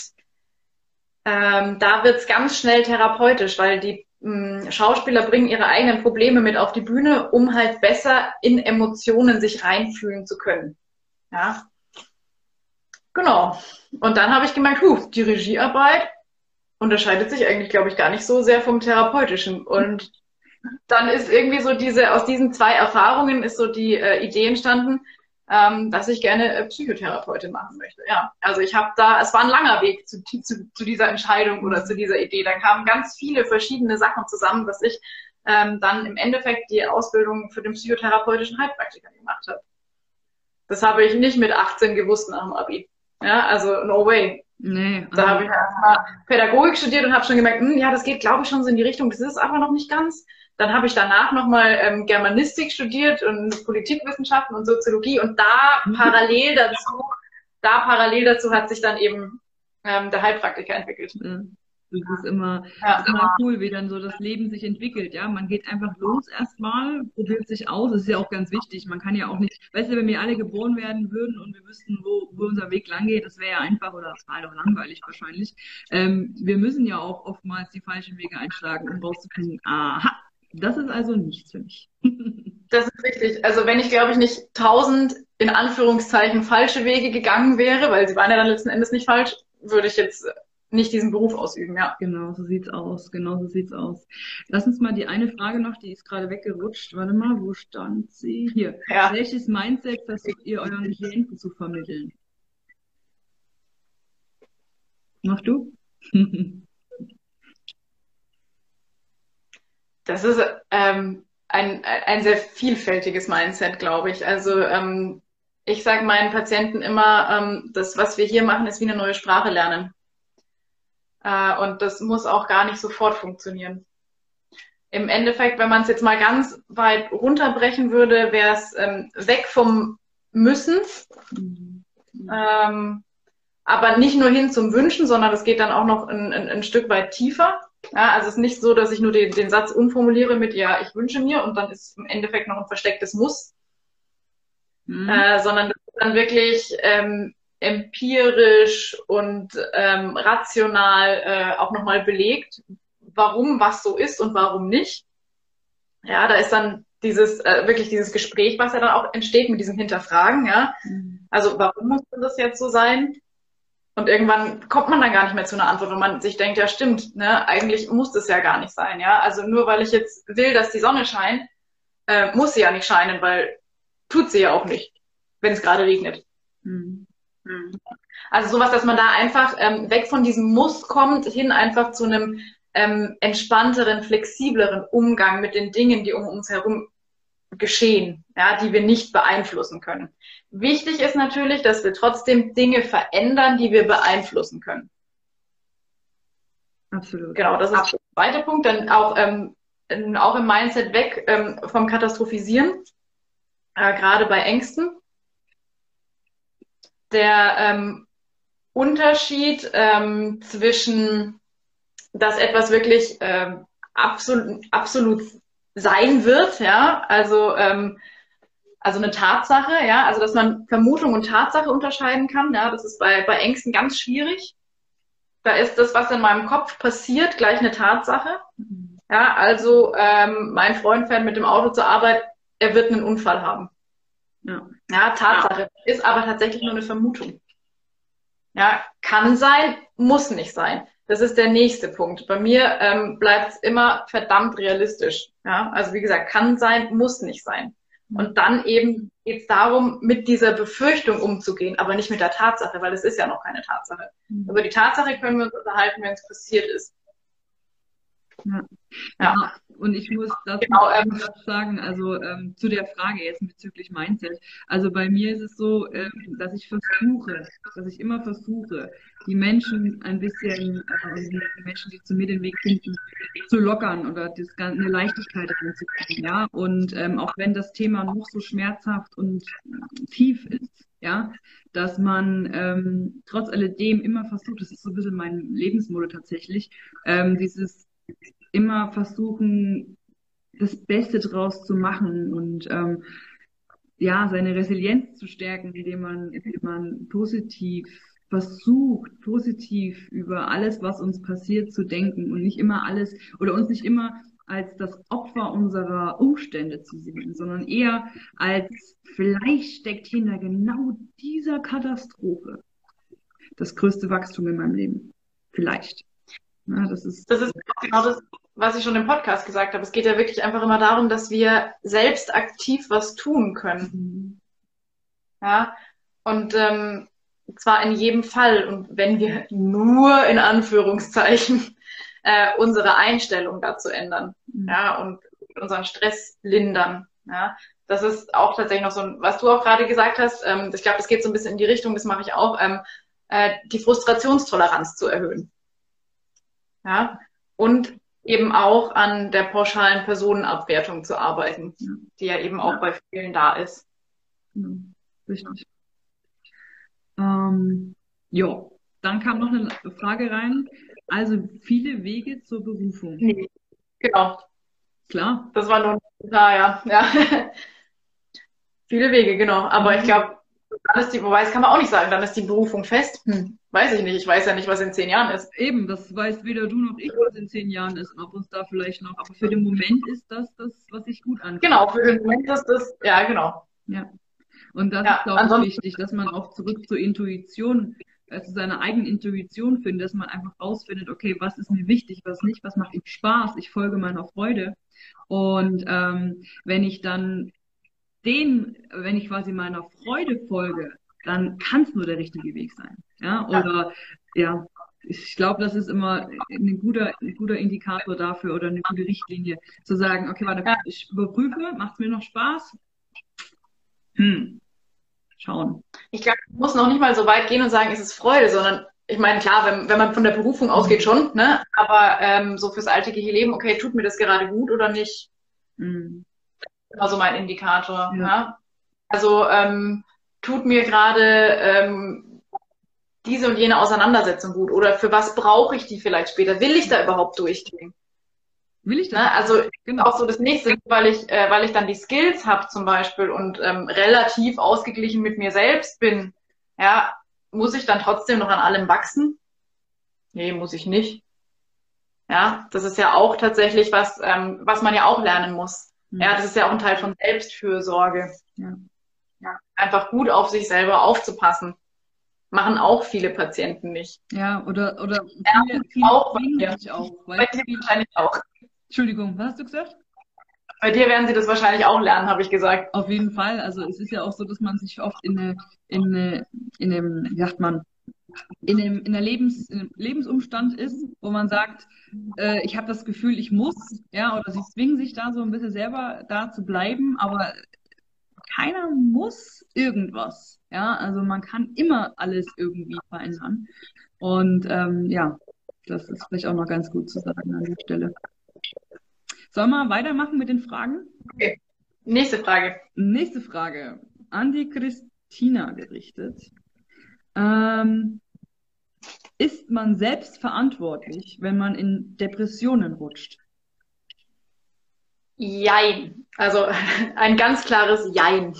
da wird's ganz schnell therapeutisch, weil die Schauspieler bringen ihre eigenen Probleme mit auf die Bühne, um halt besser in Emotionen sich reinfühlen zu können. Ja, genau. Und dann habe ich gemerkt, die Regiearbeit unterscheidet sich eigentlich, glaube ich, gar nicht so sehr vom Therapeutischen. Und dann ist irgendwie so aus diesen 2 Erfahrungen ist so die Idee entstanden, dass ich gerne Psychotherapeutin machen möchte. Ja, also es war ein langer Weg zu dieser Entscheidung oder zu dieser Idee. Da kamen ganz viele verschiedene Sachen zusammen, dass ich dann im Endeffekt die Ausbildung für den psychotherapeutischen Heilpraktiker gemacht habe. Das habe ich nicht mit 18 gewusst nach dem Abi. Ja, also no way. Nee, da habe ich erstmal Pädagogik studiert und habe schon gemerkt, ja, das geht, glaube ich, schon so in die Richtung. Das ist aber noch nicht ganz. Dann habe ich danach nochmal Germanistik studiert und Politikwissenschaften und Soziologie und da parallel dazu hat sich dann eben der Heilpraktiker entwickelt. Das ist immer cool, wie dann so das Leben sich entwickelt, ja. Man geht einfach los erstmal, probiert sich aus. Das ist ja auch ganz wichtig. Man kann ja auch nicht, weißt du, wenn wir alle geboren werden würden und wir wüssten, wo unser Weg lang geht, das wäre ja einfach oder das war doch langweilig wahrscheinlich. Wir müssen ja auch oftmals die falschen Wege einschlagen, um rauszufinden, aha, das ist also nichts für mich. Das ist richtig. Also wenn ich, glaube ich, nicht 1000 in Anführungszeichen falsche Wege gegangen wäre, weil sie waren ja dann letzten Endes nicht falsch, würde ich jetzt nicht diesen Beruf ausüben, ja. Genau, so sieht's aus. Lass uns mal die eine Frage noch, die ist gerade weggerutscht. Warte mal, wo stand sie? Hier. Ja. Welches Mindset versucht ihr euren Klienten zu vermitteln? Mach du? Das ist ein sehr vielfältiges Mindset, glaube ich. Also ich sage meinen Patienten immer, das, was wir hier machen, ist wie eine neue Sprache lernen. Und das muss auch gar nicht sofort funktionieren. Im Endeffekt, wenn man es jetzt mal ganz weit runterbrechen würde, wäre es weg vom Müssen, aber nicht nur hin zum Wünschen, sondern es geht dann auch noch ein Stück weit tiefer. Ja, also es ist nicht so, dass ich nur den Satz umformuliere mit, ja, ich wünsche mir und dann ist im Endeffekt noch ein verstecktes Muss, sondern das ist dann wirklich empirisch und rational auch nochmal belegt, warum was so ist und warum nicht. Ja, da ist dann wirklich dieses Gespräch, was ja dann auch entsteht mit diesem Hinterfragen, ja. Also warum muss das jetzt so sein? Und irgendwann kommt man dann gar nicht mehr zu einer Antwort, wenn man sich denkt, ja stimmt, ne, eigentlich muss das ja gar nicht sein, ja. Also nur weil ich jetzt will, dass die Sonne scheint, muss sie ja nicht scheinen, weil tut sie ja auch nicht, wenn es gerade regnet. Also sowas, dass man da einfach weg von diesem Muss kommt, hin einfach zu einem entspannteren, flexibleren Umgang mit den Dingen, die um uns herum geschehen, ja, die wir nicht beeinflussen können. Wichtig ist natürlich, dass wir trotzdem Dinge verändern, die wir beeinflussen können. Absolut. Genau, das ist der zweite Punkt. Dann auch im Mindset weg vom Katastrophisieren, gerade bei Ängsten. Der Unterschied zwischen, dass etwas wirklich absolut sein wird, ja, also eine Tatsache, ja, also dass man Vermutung und Tatsache unterscheiden kann, ja, das ist bei Ängsten ganz schwierig. Da ist das, was in meinem Kopf passiert, gleich eine Tatsache. Ja, also mein Freund fährt mit dem Auto zur Arbeit, er wird einen Unfall haben. Ja, Tatsache. Ist aber tatsächlich nur eine Vermutung. Ja, kann sein, muss nicht sein. Das ist der nächste Punkt. Bei mir bleibt es immer verdammt realistisch. Ja, also wie gesagt, kann sein, muss nicht sein. Und dann eben geht es darum, mit dieser Befürchtung umzugehen, aber nicht mit der Tatsache, weil es ist ja noch keine Tatsache. Über die Tatsache können wir uns unterhalten, wenn es passiert ist. Ja. Und ich muss dazu was sagen, also zu der Frage jetzt bezüglich Mindset. Also bei mir ist es so, dass ich immer versuche, die Menschen ein bisschen, die Menschen, die zu mir den Weg finden, zu lockern oder eine Leichtigkeit reinzukriegen, ja. Und auch wenn das Thema noch so schmerzhaft und tief ist, ja, dass man trotz alledem immer versucht, das ist so ein bisschen mein Lebensmotto tatsächlich, dieses immer versuchen, das Beste draus zu machen und seine Resilienz zu stärken, indem man positiv über alles, was uns passiert, zu denken und nicht immer alles oder uns nicht immer als das Opfer unserer Umstände zu sehen, sondern eher als vielleicht steckt hinter genau dieser Katastrophe das größte Wachstum in meinem Leben. Vielleicht. Ja, das ist genau das, was ich schon im Podcast gesagt habe. Es geht ja wirklich einfach immer darum, dass wir selbst aktiv was tun können. Ja, und zwar in jedem Fall. Und wenn wir nur in Anführungszeichen unsere Einstellung dazu ändern, ja, und unseren Stress lindern. Ja, das ist auch tatsächlich noch so ein, was du auch gerade gesagt hast. Ich glaube, das geht so ein bisschen in die Richtung, das mache ich auch, die Frustrationstoleranz zu erhöhen. Ja, und eben auch an der pauschalen Personenabwertung zu arbeiten, die ja eben auch bei vielen da ist. Richtig. Ja, dann kam noch eine Frage rein. Also viele Wege zur Berufung. Nee, genau. Klar. Das war nur ein Kommentar, ja. Viele Wege, genau. Aber ich glaube, dann ist wobei, das kann man auch nicht sagen, dann ist die Berufung fest. Weiß ich nicht. Ich weiß ja nicht, was in 10 Jahren ist. Eben, das weiß weder du noch ich, was in 10 Jahren ist, ob uns da vielleicht noch, aber für den Moment ist das, was sich gut anfühlt. Genau, für den Moment ist das, ja, genau. Ja. Und das ist, glaube ich, wichtig, dass man auch zurück zur Intuition, zu seiner eigenen Intuition findet, dass man einfach rausfindet, okay, was ist mir wichtig, was nicht, was macht mir Spaß, ich folge meiner Freude. Und wenn ich quasi meiner Freude folge, dann kann es nur der richtige Weg sein. Ja, oder ja, ich glaube, das ist immer ein guter Indikator dafür oder eine gute Richtlinie, zu sagen, okay, warte, Ja, ich überprüfe, macht es mir noch Spaß? Schauen. ich glaube, man muss noch nicht mal so weit gehen und sagen, es ist Freude, sondern ich meine, klar, wenn man von der Berufung ausgeht, schon, ne? Aber so fürs alltägliche Leben, okay, tut mir das gerade gut oder nicht? Mhm. Immer so mein Indikator. Ja. Ja? Also tut mir gerade diese und jene Auseinandersetzung gut oder für was brauche ich die vielleicht später? Will ich da überhaupt durchgehen? Will ich das? Ne? Also Genau. auch so das nächste, weil ich dann die Skills habe zum Beispiel und relativ ausgeglichen mit mir selbst bin, ja, muss ich dann trotzdem noch an allem wachsen? Nee, muss ich nicht. Ja, das ist ja auch tatsächlich was, was man ja auch lernen muss. Mhm. Ja, das ist ja auch ein Teil von Selbstfürsorge. Ja. Ja, einfach gut auf sich selber aufzupassen. Machen auch viele Patienten nicht. Ja, oder Ja, viele auch bei zwingen dir. sich auch. Bei Weil dir wahrscheinlich auch. Entschuldigung, was hast du gesagt? Bei dir werden sie das wahrscheinlich auch lernen, habe ich gesagt. Auf jeden Fall. Also es ist ja auch so, dass man sich oft in einem, wie sagt man, in einem Lebensumstand ist, wo man sagt, ich habe das Gefühl, ich muss, ja, oder sie zwingen sich da so ein bisschen selber da zu bleiben, aber keiner muss irgendwas. Ja, also man kann immer alles irgendwie verändern. Und ja, das ist vielleicht auch noch ganz gut zu sagen an der Stelle. Sollen wir weitermachen mit den Fragen? Okay. Nächste Frage. Nächste Frage an die Christina gerichtet. Ist man selbst verantwortlich, wenn man in Depressionen rutscht? Jein. Also ein ganz klares Jein.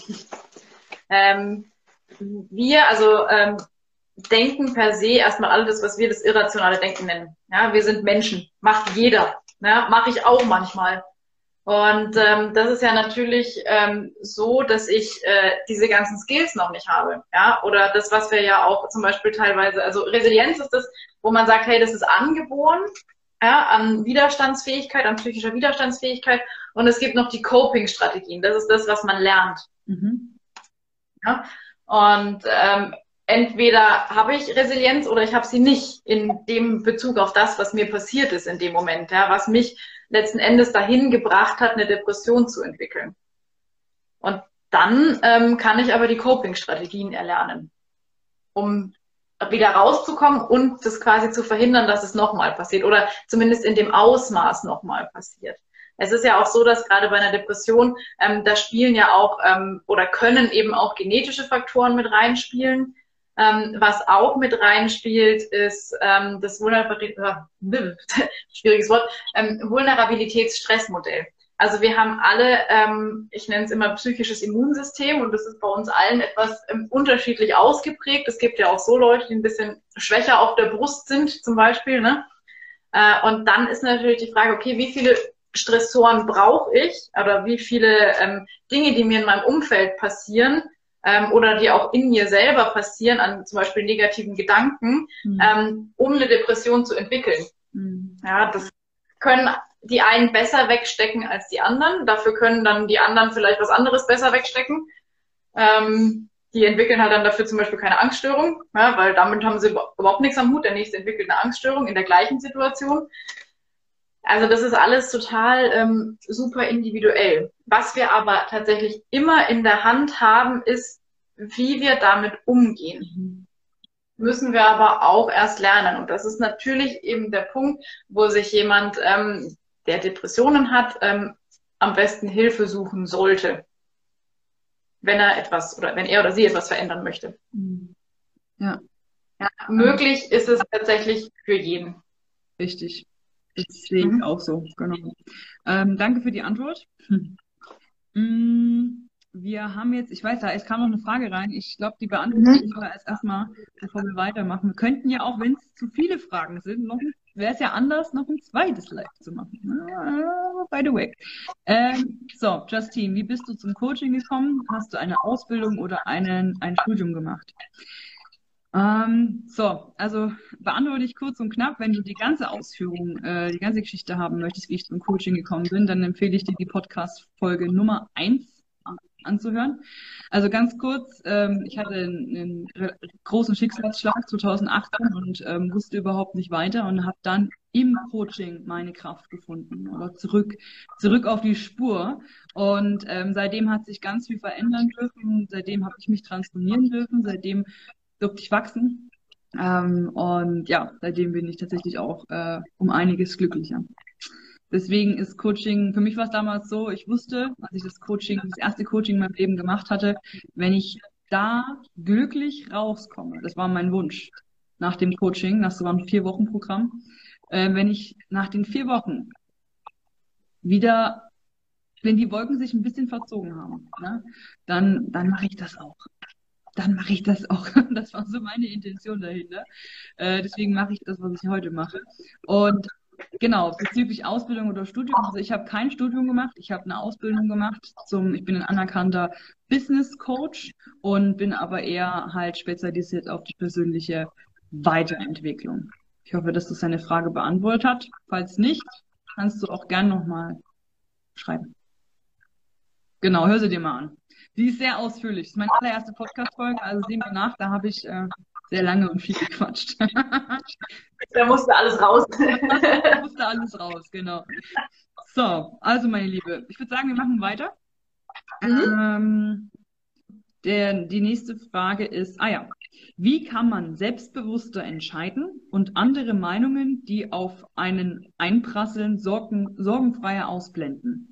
Wir denken per se erstmal alles, was wir das irrationale Denken nennen. Ja, wir sind Menschen. Macht jeder. Ja, mache ich auch manchmal. Und das ist ja natürlich so, dass ich diese ganzen Skills noch nicht habe. Ja, oder das, was wir ja auch zum Beispiel teilweise, also Resilienz ist das, wo man sagt, hey, das ist angeboren, ja, an Widerstandsfähigkeit, an psychischer Widerstandsfähigkeit. Und es gibt noch die Coping-Strategien. Das ist das, was man lernt. Mhm. Ja? Und entweder habe ich Resilienz oder ich habe sie nicht in dem Bezug auf das, was mir passiert ist in dem Moment, ja, was mich letzten Endes dahin gebracht hat, eine Depression zu entwickeln. Und dann kann ich aber die Coping-Strategien erlernen, um wieder rauszukommen und das quasi zu verhindern, dass es nochmal passiert oder zumindest in dem Ausmaß nochmal passiert. Es ist ja auch so, dass gerade bei einer Depression, da spielen ja auch oder können eben auch genetische Faktoren mit reinspielen. Was auch mit reinspielt, ist das schwieriges Wort, Vulnerabilitätsstressmodell. Also wir haben alle, ich nenne es immer psychisches Immunsystem und das ist bei uns allen etwas unterschiedlich ausgeprägt. Es gibt ja auch so Leute, die ein bisschen schwächer auf der Brust sind zum Beispiel. Ne? Und dann ist natürlich die Frage, okay, wie viele Stressoren brauche ich oder wie viele Dinge, die mir in meinem Umfeld passieren oder die auch in mir selber passieren, an zum Beispiel negativen Gedanken, um eine Depression zu entwickeln. Ja, das können die einen besser wegstecken als die anderen. Dafür können dann die anderen vielleicht was anderes besser wegstecken. Die entwickeln halt dann dafür zum Beispiel keine Angststörung, ja, weil damit haben sie überhaupt nichts am Hut. Der nächste entwickelt eine Angststörung in der gleichen Situation. Also das ist alles total super individuell. Was wir aber tatsächlich immer in der Hand haben, ist, wie wir damit umgehen. Müssen wir aber auch erst lernen. Und das ist natürlich eben der Punkt, wo sich jemand, der Depressionen hat, am besten Hilfe suchen sollte, wenn er etwas oder wenn er oder sie etwas verändern möchte. Ja. Ja, möglich ist es tatsächlich für jeden. Richtig. Das sehe ich auch so, genau. Danke für die Antwort. Wir haben jetzt, ich weiß, es kam noch eine Frage rein. Ich glaube, die beantworte ich aber erstmal, bevor wir weitermachen. Wir könnten ja auch, wenn es zu viele Fragen sind, wäre es ja anders, noch ein zweites Live zu machen. By the way. So, Justine, wie bist du zum Coaching gekommen? Hast du eine Ausbildung oder ein Studium gemacht? So, also beantworte ich kurz und knapp. Wenn du die ganze Ausführung, die ganze Geschichte haben möchtest, wie ich zum Coaching gekommen bin, dann empfehle ich dir die Podcast-Folge Nummer 1 anzuhören. Also ganz kurz, ich hatte einen großen Schicksalsschlag 2018 und wusste überhaupt nicht weiter und habe dann im Coaching meine Kraft gefunden oder zurück auf die Spur. Und seitdem hat sich ganz viel verändern dürfen, seitdem habe ich mich transformieren dürfen, seitdem durfte ich wachsen. Und ja, seitdem bin ich tatsächlich auch um einiges glücklicher. Deswegen ist Coaching, für mich war es damals so, ich wusste, als ich das erste Coaching in meinem Leben gemacht hatte, wenn ich da glücklich rauskomme, das war mein Wunsch nach dem Coaching, das war ein 4-Wochen-Programm, wenn ich nach den 4 Wochen wieder, wenn die Wolken sich ein bisschen verzogen haben, ne, dann mache ich das auch. Dann mache ich das auch. Das war so meine Intention dahinter. Deswegen mache ich das, was ich heute mache. Und genau, bezüglich Ausbildung oder Studium. Also ich habe kein Studium gemacht, ich habe eine Ausbildung gemacht ich bin ein anerkannter Business Coach und bin aber eher halt spezialisiert auf die persönliche Weiterentwicklung. Ich hoffe, dass das deine Frage beantwortet hat. Falls nicht, kannst du auch gern nochmal schreiben. Genau, hör sie dir mal an. Die ist sehr ausführlich. Das ist meine allererste Podcast-Folge, also sehen wir nach, da habe ich sehr lange und viel gequatscht. Da musste alles raus. Da musste alles raus, genau. So, also meine Liebe, ich würde sagen, wir machen weiter. Die nächste Frage ist, wie kann man selbstbewusster entscheiden und andere Meinungen, die auf einen einprasseln, sorgenfreier ausblenden?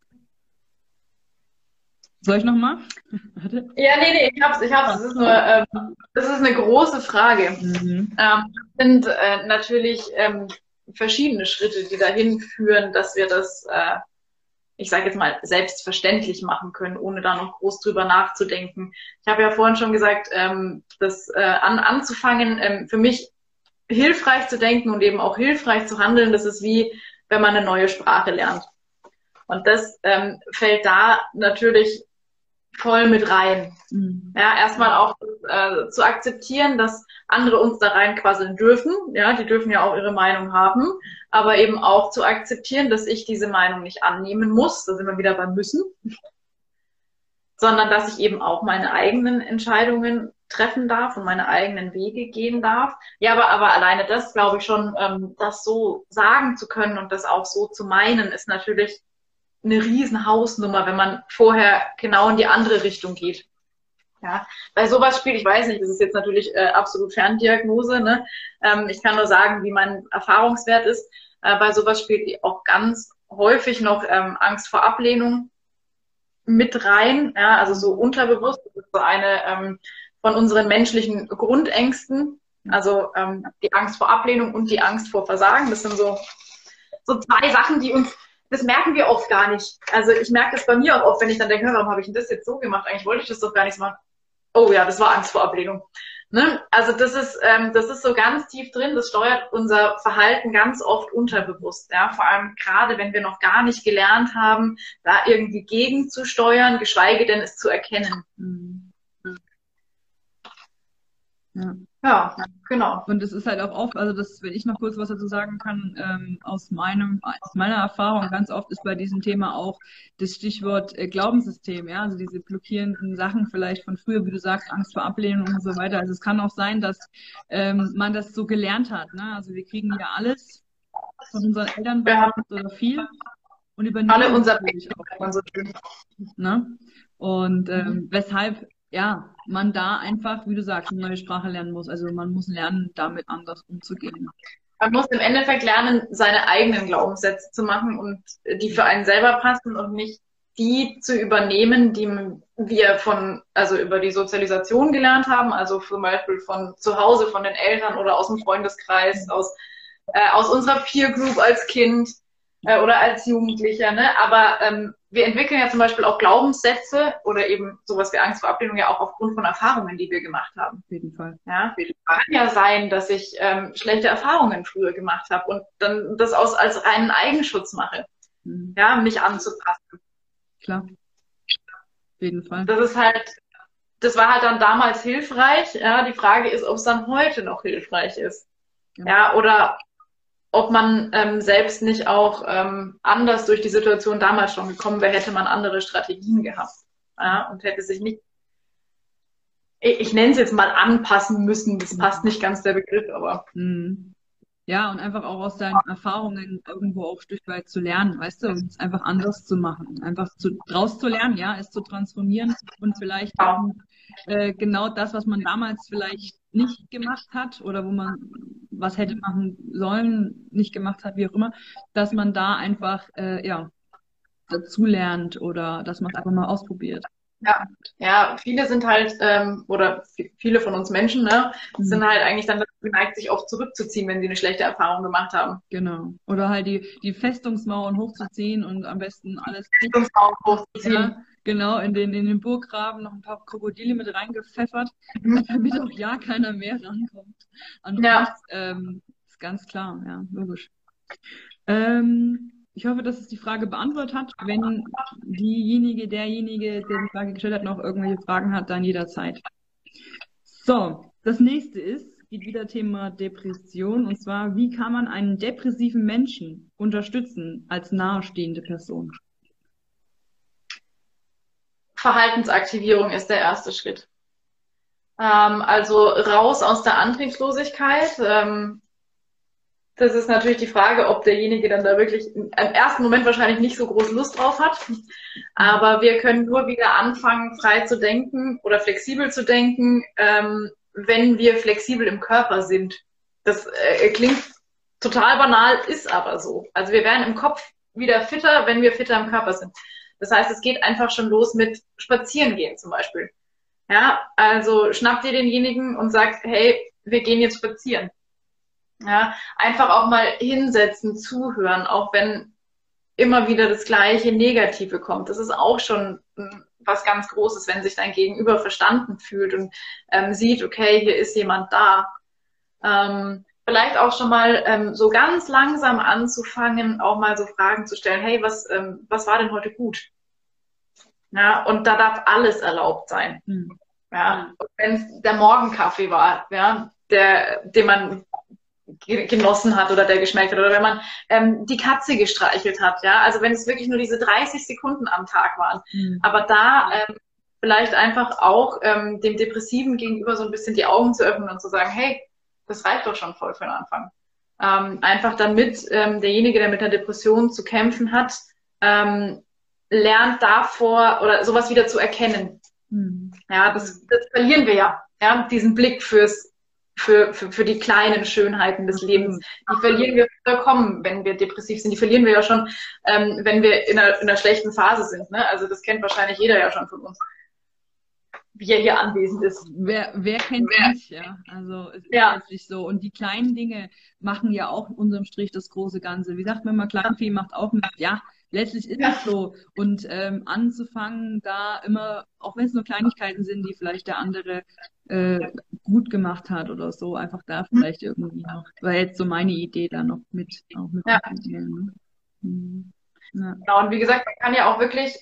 Soll ich nochmal? Ja, nee, ich hab's. Das ist eine große Frage. Es sind natürlich verschiedene Schritte, die dahin führen, dass wir das, ich sage jetzt mal, selbstverständlich machen können, ohne da noch groß drüber nachzudenken. Ich habe ja vorhin schon gesagt, das anzufangen, für mich hilfreich zu denken und eben auch hilfreich zu handeln, das ist wie, wenn man eine neue Sprache lernt. Und das fällt da natürlich voll mit rein. Ja, erstmal auch zu akzeptieren, dass andere uns da reinquasseln dürfen. Ja, die dürfen ja auch ihre Meinung haben, aber eben auch zu akzeptieren, dass ich diese Meinung nicht annehmen muss, da sind wir wieder beim Müssen, sondern dass ich eben auch meine eigenen Entscheidungen treffen darf und meine eigenen Wege gehen darf. Ja, aber alleine das, glaube ich schon, das so sagen zu können und das auch so zu meinen, ist natürlich eine riesen Hausnummer, wenn man vorher genau in die andere Richtung geht. Ja, bei sowas spielt, ich weiß nicht, das ist jetzt natürlich absolut Ferndiagnose, ne? Ich kann nur sagen, wie mein Erfahrungswert ist. Bei sowas spielt auch ganz häufig noch Angst vor Ablehnung mit rein, ja, also so unterbewusst. Das ist so eine von unseren menschlichen Grundängsten, also die Angst vor Ablehnung und die Angst vor Versagen. Das sind so 2 Sachen, die uns, das merken wir oft gar nicht. Also ich merke das bei mir auch oft, wenn ich dann denke, warum habe ich denn das jetzt so gemacht? Eigentlich wollte ich das doch gar nicht so machen. Oh ja, das war Angst vor Ablehnung. Ne? Also das ist so ganz tief drin, das steuert unser Verhalten ganz oft unterbewusst. Ja? Vor allem gerade, wenn wir noch gar nicht gelernt haben, da irgendwie gegen zu steuern, geschweige denn es zu erkennen. Ja, genau. Und es ist halt auch oft, also das, wenn ich noch kurz was dazu sagen kann, aus meiner Erfahrung, ganz oft ist bei diesem Thema auch das Stichwort Glaubenssystem, ja, also diese blockierenden Sachen vielleicht von früher, wie du sagst, Angst vor Ablehnung und so weiter. Also es kann auch sein, dass man das so gelernt hat, ne? Also wir kriegen ja alles von unseren Eltern oder viel und übernehmen alle unser natürlich auch, ne? Und weshalb ja, man da einfach, wie du sagst, eine neue Sprache lernen muss. Also man muss lernen, damit anders umzugehen. Man muss im Endeffekt lernen, seine eigenen Glaubenssätze zu machen und die für einen selber passen und nicht die zu übernehmen, die wir also über die Sozialisation gelernt haben, also zum Beispiel von zu Hause, von den Eltern oder aus dem Freundeskreis, aus unserer Peer Group als Kind oder als Jugendlicher, ne? Aber wir entwickeln ja zum Beispiel auch Glaubenssätze oder eben sowas wie Angst vor Ablehnung ja auch aufgrund von Erfahrungen, die wir gemacht haben. Auf jeden Fall. Ja, kann ja sein, dass ich schlechte Erfahrungen früher gemacht habe und dann das als reinen Eigenschutz mache, ja, mich anzupassen. Klar. Auf jeden Fall. Das war halt dann damals hilfreich. Ja, die Frage ist, ob es dann heute noch hilfreich ist. Ja, oder ob man selbst nicht auch anders durch die Situation damals schon gekommen wäre, hätte man andere Strategien gehabt. ja, und hätte sich nicht, ich nenne es jetzt mal anpassen müssen, das passt nicht ganz der Begriff, aber. Ja, und einfach auch aus deinen Erfahrungen irgendwo auch ein Stück weit zu lernen, weißt du, und es einfach anders zu machen, einfach draus zu lernen, ja, es zu transformieren und vielleicht genau das, was man damals vielleicht nicht gemacht hat oder wo man was hätte machen sollen, nicht gemacht hat, wie auch immer, dass man da einfach, dazu lernt oder dass man es einfach mal ausprobiert. Ja, viele sind halt, oder viele von uns Menschen, ne, sind halt eigentlich dann geneigt, sich oft zurückzuziehen, wenn sie eine schlechte Erfahrung gemacht haben. Genau. Oder halt die Festungsmauern hochzuziehen und am besten alles Festungsmauern hochzuziehen. Ja, genau, in den Burggraben noch ein paar Krokodile mit reingepfeffert, damit auch ja keiner mehr rankommt. An uns, ist ganz klar, ja, logisch. Ich hoffe, dass es die Frage beantwortet hat. Wenn derjenige, der die Frage gestellt hat, noch irgendwelche Fragen hat, dann jederzeit. So, das nächste geht wieder Thema Depression. Und zwar, wie kann man einen depressiven Menschen unterstützen als nahestehende Person? Verhaltensaktivierung ist der erste Schritt. Also raus aus der Antriebslosigkeit. Das ist natürlich die Frage, ob derjenige dann da wirklich im ersten Moment wahrscheinlich nicht so groß Lust drauf hat. Aber wir können nur wieder anfangen, frei zu denken oder flexibel zu denken, wenn wir flexibel im Körper sind. Das klingt total banal, ist aber so. Also wir werden im Kopf wieder fitter, wenn wir fitter im Körper sind. Das heißt, es geht einfach schon los mit Spazierengehen zum Beispiel. Ja, also schnappt ihr denjenigen und sagt, hey, wir gehen jetzt spazieren. Ja, einfach auch mal hinsetzen, zuhören, auch wenn immer wieder das gleiche Negative kommt. Das ist auch schon was ganz Großes, wenn sich dein Gegenüber verstanden fühlt und sieht, okay, hier ist jemand da. Vielleicht auch schon mal so ganz langsam anzufangen, auch mal so Fragen zu stellen, hey, was war denn heute gut? Ja, und da darf alles erlaubt sein. Ja, wenn es der Morgenkaffee war, ja, den man genossen hat oder der geschmeckt hat, oder wenn man die Katze gestreichelt hat, ja, also wenn es wirklich nur diese 30 Sekunden am Tag waren, aber da vielleicht einfach auch dem Depressiven gegenüber so ein bisschen die Augen zu öffnen und zu sagen, hey, das reicht doch schon voll für den Anfang. Einfach damit derjenige, der mit einer Depression zu kämpfen hat, lernt davor oder sowas wieder zu erkennen. Ja, das verlieren wir ja, diesen Blick für die kleinen Schönheiten des Lebens. Die verlieren wir vollkommen, wenn wir depressiv sind. Die verlieren wir ja schon, wenn wir in einer schlechten Phase sind. Ne? Also das kennt wahrscheinlich jeder ja schon von uns, wie er hier anwesend ist. Wer kennt nicht, ja. Also es ist letztlich so. Und die kleinen Dinge machen ja auch unterm Strich das große Ganze. Wie sagt man immer, Kleinvieh macht auch mit. Ja, letztlich ist es so. Und anzufangen, da immer, auch wenn es nur Kleinigkeiten sind, die vielleicht der andere gut gemacht hat oder so, einfach da vielleicht irgendwie noch, war jetzt so meine Idee da noch mit Ja. Ne? Ja. Genau, und wie gesagt, man kann ja auch wirklich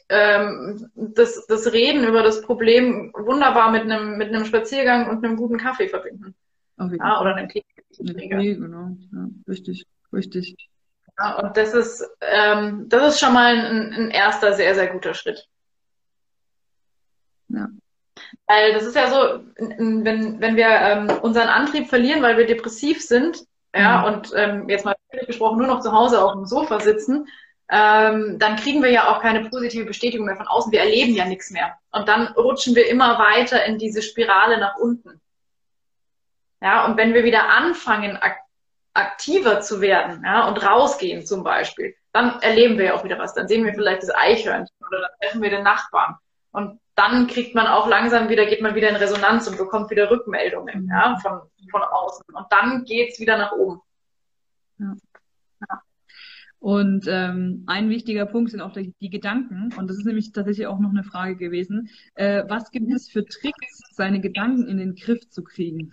das Reden über das Problem wunderbar mit einem Spaziergang und einem guten Kaffee verbinden. Ja, oder einem Tee. Genau. Ja, richtig. Ja, und das ist schon mal ein erster sehr, sehr guter Schritt. Ja. Weil das ist ja so, wenn wir unseren Antrieb verlieren, weil wir depressiv sind, ja, und jetzt mal gesprochen nur noch zu Hause auf dem Sofa sitzen, dann kriegen wir ja auch keine positive Bestätigung mehr von außen. Wir erleben ja nichts mehr. Und dann rutschen wir immer weiter in diese Spirale nach unten. Ja, und wenn wir wieder anfangen, aktiver zu werden, ja, und rausgehen zum Beispiel, dann erleben wir ja auch wieder was. Dann sehen wir vielleicht das Eichhörnchen oder dann treffen wir den Nachbarn. Und dann kriegt man auch langsam wieder, geht man wieder in Resonanz und bekommt wieder Rückmeldungen, ja, von außen. Und dann geht's wieder nach oben. Ja. Und ein wichtiger Punkt sind auch die Gedanken. Und das ist nämlich tatsächlich auch noch eine Frage gewesen. Was gibt es für Tricks, seine Gedanken in den Griff zu kriegen?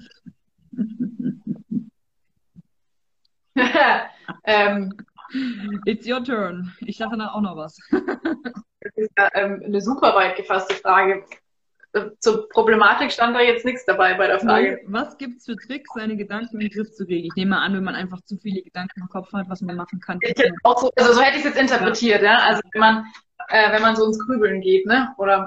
It's your turn. Ich sage dann auch noch was. Das ist ja eine super weit gefasste Frage. Zur Problematik stand da jetzt nichts dabei bei der Frage. Was gibt es für Tricks, seine Gedanken in den Griff zu kriegen? Ich nehme mal an, wenn man einfach zu viele Gedanken im Kopf hat, was man machen kann. Also so hätte ich es jetzt interpretiert. Ja. Also wenn man wenn man so ins Grübeln geht, ne? Oder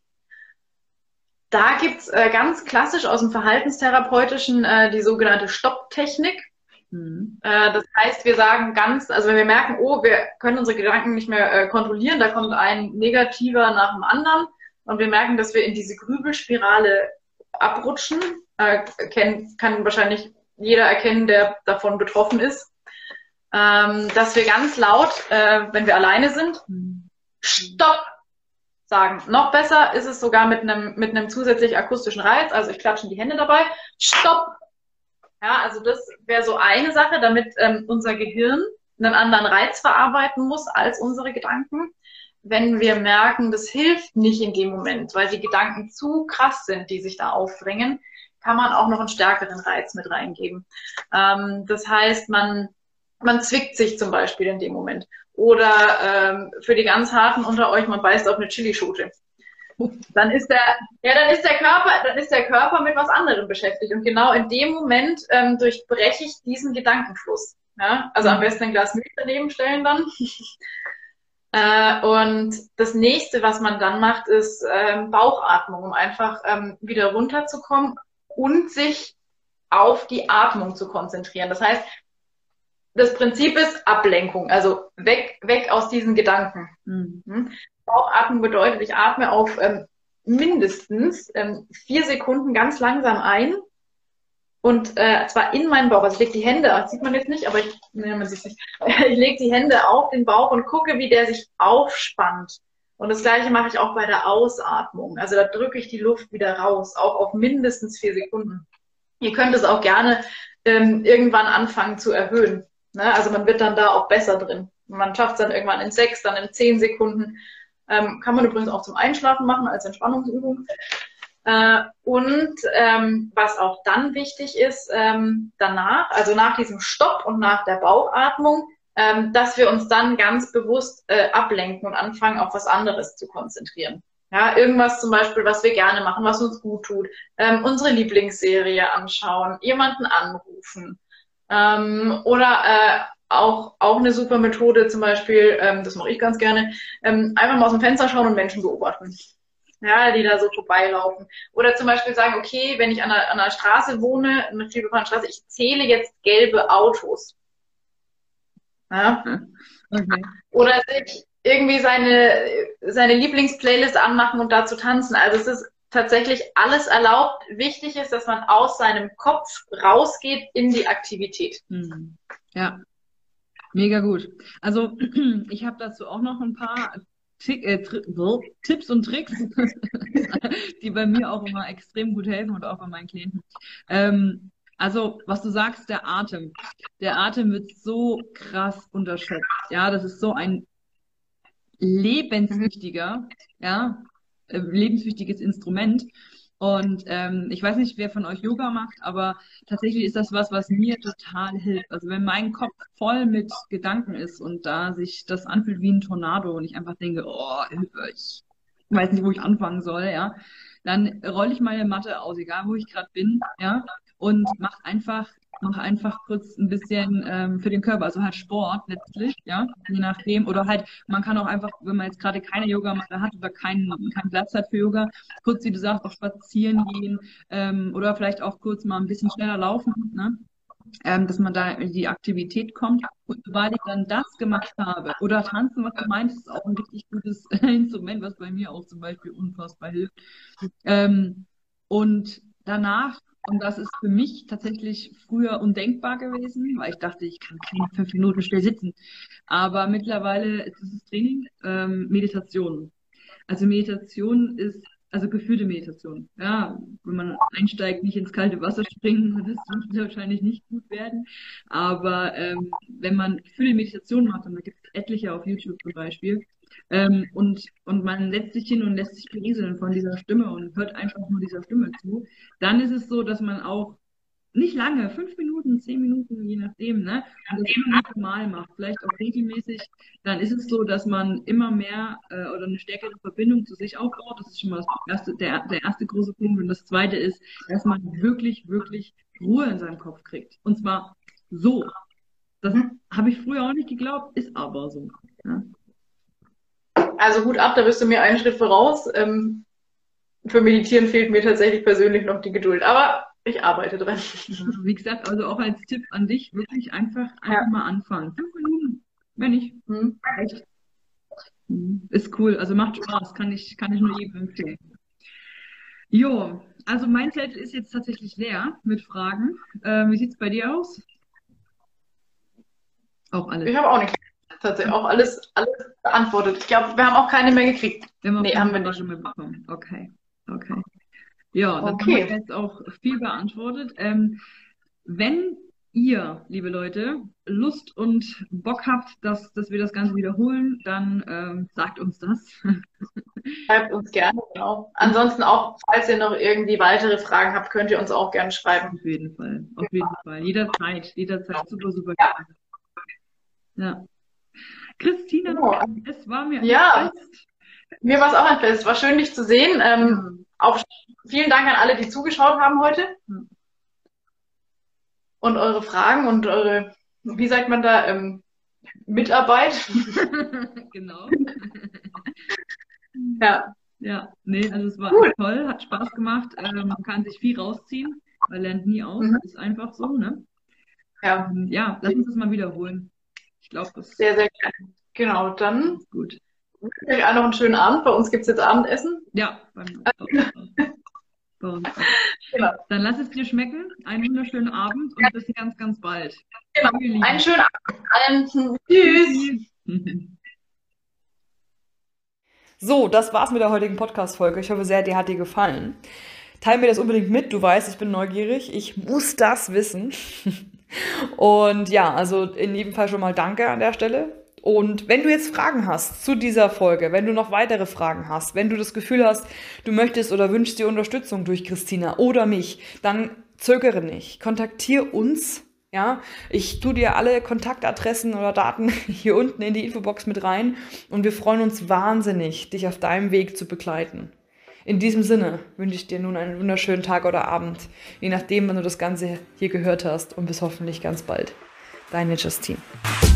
da gibt's ganz klassisch aus dem Verhaltenstherapeutischen die sogenannte Stopptechnik. Das heißt, wir sagen also wenn wir merken, oh, wir können unsere Gedanken nicht mehr kontrollieren, da kommt ein negativer nach dem anderen und wir merken, dass wir in diese Grübelspirale abrutschen, kann wahrscheinlich jeder erkennen, der davon betroffen ist, dass wir ganz laut, wenn wir alleine sind, Stopp sagen. Noch besser ist es sogar mit einem zusätzlich akustischen Reiz, also ich klatsche in die Hände dabei, Stopp! Ja, also das wäre so eine Sache, damit unser Gehirn einen anderen Reiz verarbeiten muss als unsere Gedanken. Wenn wir merken, das hilft nicht in dem Moment, weil die Gedanken zu krass sind, die sich da aufdrängen, kann man auch noch einen stärkeren Reiz mit reingeben. Das heißt, man zwickt sich zum Beispiel in dem Moment. Oder für die ganz Harten unter euch, man beißt auf eine Chilischote. Dann ist der Körper mit was anderem beschäftigt. Und genau in dem Moment durchbreche ich diesen Gedankenfluss. Ja? Also am besten ein Glas Milch daneben stellen dann. Und das nächste, was man dann macht, ist Bauchatmung, um einfach wieder runterzukommen und sich auf die Atmung zu konzentrieren. Das heißt, das Prinzip ist Ablenkung, also weg aus diesen Gedanken. Bauchatmung bedeutet, ich atme auf mindestens 4 Sekunden ganz langsam ein und zwar in meinen Bauch. Also ich lege die Hände, das sieht man jetzt nicht, aber man sieht nicht. Ich lege die Hände auf den Bauch und gucke, wie der sich aufspannt. Und das Gleiche mache ich auch bei der Ausatmung. Also da drücke ich die Luft wieder raus, auch auf mindestens 4 Sekunden. Ihr könnt es auch gerne irgendwann anfangen zu erhöhen. Ne? Also man wird dann da auch besser drin. Man schafft es dann irgendwann in 6, dann in 10 Sekunden. Kann man übrigens auch zum Einschlafen machen als Entspannungsübung. Und was auch dann wichtig ist, danach, also nach diesem Stopp und nach der Bauchatmung, dass wir uns dann ganz bewusst ablenken und anfangen, auf was anderes zu konzentrieren. Ja, irgendwas zum Beispiel, was wir gerne machen, was uns gut tut. Unsere Lieblingsserie anschauen, jemanden anrufen. Oder auch eine super Methode zum Beispiel, das mache ich ganz gerne, einfach mal aus dem Fenster schauen und Menschen beobachten. Ja, die da so vorbeilaufen. Oder zum Beispiel sagen, okay, wenn ich an einer Straße wohne, eine vielbefahrene Straße, ich zähle jetzt gelbe Autos. Ja? Okay. Oder sich irgendwie seine Lieblingsplaylist anmachen und dazu tanzen. Also es ist tatsächlich alles erlaubt. Wichtig ist, dass man aus seinem Kopf rausgeht in die Aktivität. Ja, mega gut. Also ich habe dazu auch noch ein paar Tipps und Tricks, die bei mir auch immer extrem gut helfen und auch bei meinen Klienten. Also, was du sagst, der Atem. Der Atem wird so krass unterschätzt. Ja, das ist so ein lebenswichtiges Instrument. Und ich weiß nicht, wer von euch Yoga macht, aber tatsächlich ist das was mir total hilft. Also wenn mein Kopf voll mit Gedanken ist und da sich das anfühlt wie ein Tornado und ich einfach denke, oh, ich weiß nicht, wo ich anfangen soll, ja, dann rolle ich meine Matte aus, egal wo ich gerade bin, ja, und mach einfach kurz ein bisschen für den Körper, also halt Sport letztlich, ja, je nachdem. Oder halt, man kann auch einfach, wenn man jetzt gerade keine Yogamatte hat oder keinen Platz hat für Yoga, kurz, wie du sagst, auch spazieren gehen oder vielleicht auch kurz mal ein bisschen schneller laufen, ne? Dass man da in die Aktivität kommt. Und sobald ich dann das gemacht habe, oder tanzen, was du meinst, ist auch ein richtig gutes Instrument, was bei mir auch zum Beispiel unfassbar hilft. Und danach, und das ist für mich tatsächlich früher undenkbar gewesen, weil ich dachte, ich kann keine 5 Minuten still sitzen. Aber mittlerweile ist es Training, Meditation. Also Meditation ist, also geführte Meditation. Ja, wenn man einsteigt, nicht ins kalte Wasser springen, das wird wahrscheinlich nicht gut werden. Aber wenn man geführte Meditation macht, und da gibt es etliche auf YouTube zum Beispiel, und man setzt sich hin und lässt sich berieseln von dieser Stimme und hört einfach nur dieser Stimme zu, dann ist es so, dass man auch nicht lange, 5 Minuten, 10 Minuten, je nachdem, ne, und das immer mal macht, vielleicht auch regelmäßig, dann ist es so, dass man immer mehr oder eine stärkere Verbindung zu sich aufbaut. Das ist schon mal der erste große Punkt. Und das zweite ist, dass man wirklich, wirklich Ruhe in seinem Kopf kriegt. Und zwar so. Das habe ich früher auch nicht geglaubt, ist aber so. Ja. Also Hut ab, da bist du mir einen Schritt voraus. Für Meditieren fehlt mir tatsächlich persönlich noch die Geduld, aber ich arbeite dran. Wie gesagt, also auch als Tipp an dich, wirklich einfach mal anfangen. 5 Minuten, wenn nicht. Echt. Ist cool, also macht Spaß, kann ich nur jedem empfehlen. Jo, also mein Zettel ist jetzt tatsächlich leer mit Fragen. Wie sieht es bei dir aus? Auch alles. Ich habe auch nichts. Tatsächlich auch alles beantwortet. Ich glaube, wir haben auch keine mehr gekriegt. Nee, haben wir nicht mehr bekommen. Okay. Ja, dann haben wir jetzt auch viel beantwortet. Wenn ihr, liebe Leute, Lust und Bock habt, dass wir das Ganze wiederholen, dann sagt uns das. Schreibt uns gerne, genau. Ansonsten auch, falls ihr noch irgendwie weitere Fragen habt, könnt ihr uns auch gerne schreiben. Auf jeden Fall. Jederzeit super gerne. Ja. Christina, es war mir ein Fest. Mir war es auch ein Fest. War schön, dich zu sehen. Auch vielen Dank an alle, die zugeschaut haben heute. Und eure Fragen und eure, wie sagt man da, Mitarbeit. Genau. Ja, nee, also es war toll, hat Spaß gemacht. Man kann sich viel rausziehen, man lernt nie aus, ist einfach so, ne? Ja, lass uns das mal wiederholen. Ich glaube, das sehr, sehr gerne. Genau, dann ist gut. wünsche ich euch allen noch einen schönen Abend. Bei uns gibt es jetzt Abendessen. Ja, bei uns auch. Genau. Dann lass es dir schmecken. Einen wunderschönen Abend und bis ganz, ganz bald. Genau. Einen schönen Abend allen. Tschüss. So, das war's mit der heutigen Podcast-Folge. Ich hoffe sehr, dir hat die gefallen. Teil mir das unbedingt mit. Du weißt, ich bin neugierig. Ich muss das wissen. Und ja, also in jedem Fall schon mal danke an der Stelle. Und wenn du jetzt Fragen hast zu dieser Folge, wenn du noch weitere Fragen hast, wenn du das Gefühl hast, du möchtest oder wünschst dir Unterstützung durch Christina oder mich, dann zögere nicht. Kontaktiere uns. Ja, ich tue dir alle Kontaktadressen oder Daten hier unten in die Infobox mit rein und wir freuen uns wahnsinnig, dich auf deinem Weg zu begleiten. In diesem Sinne wünsche ich dir nun einen wunderschönen Tag oder Abend, je nachdem, wann du das Ganze hier gehört hast und bis hoffentlich ganz bald. Deine Justine.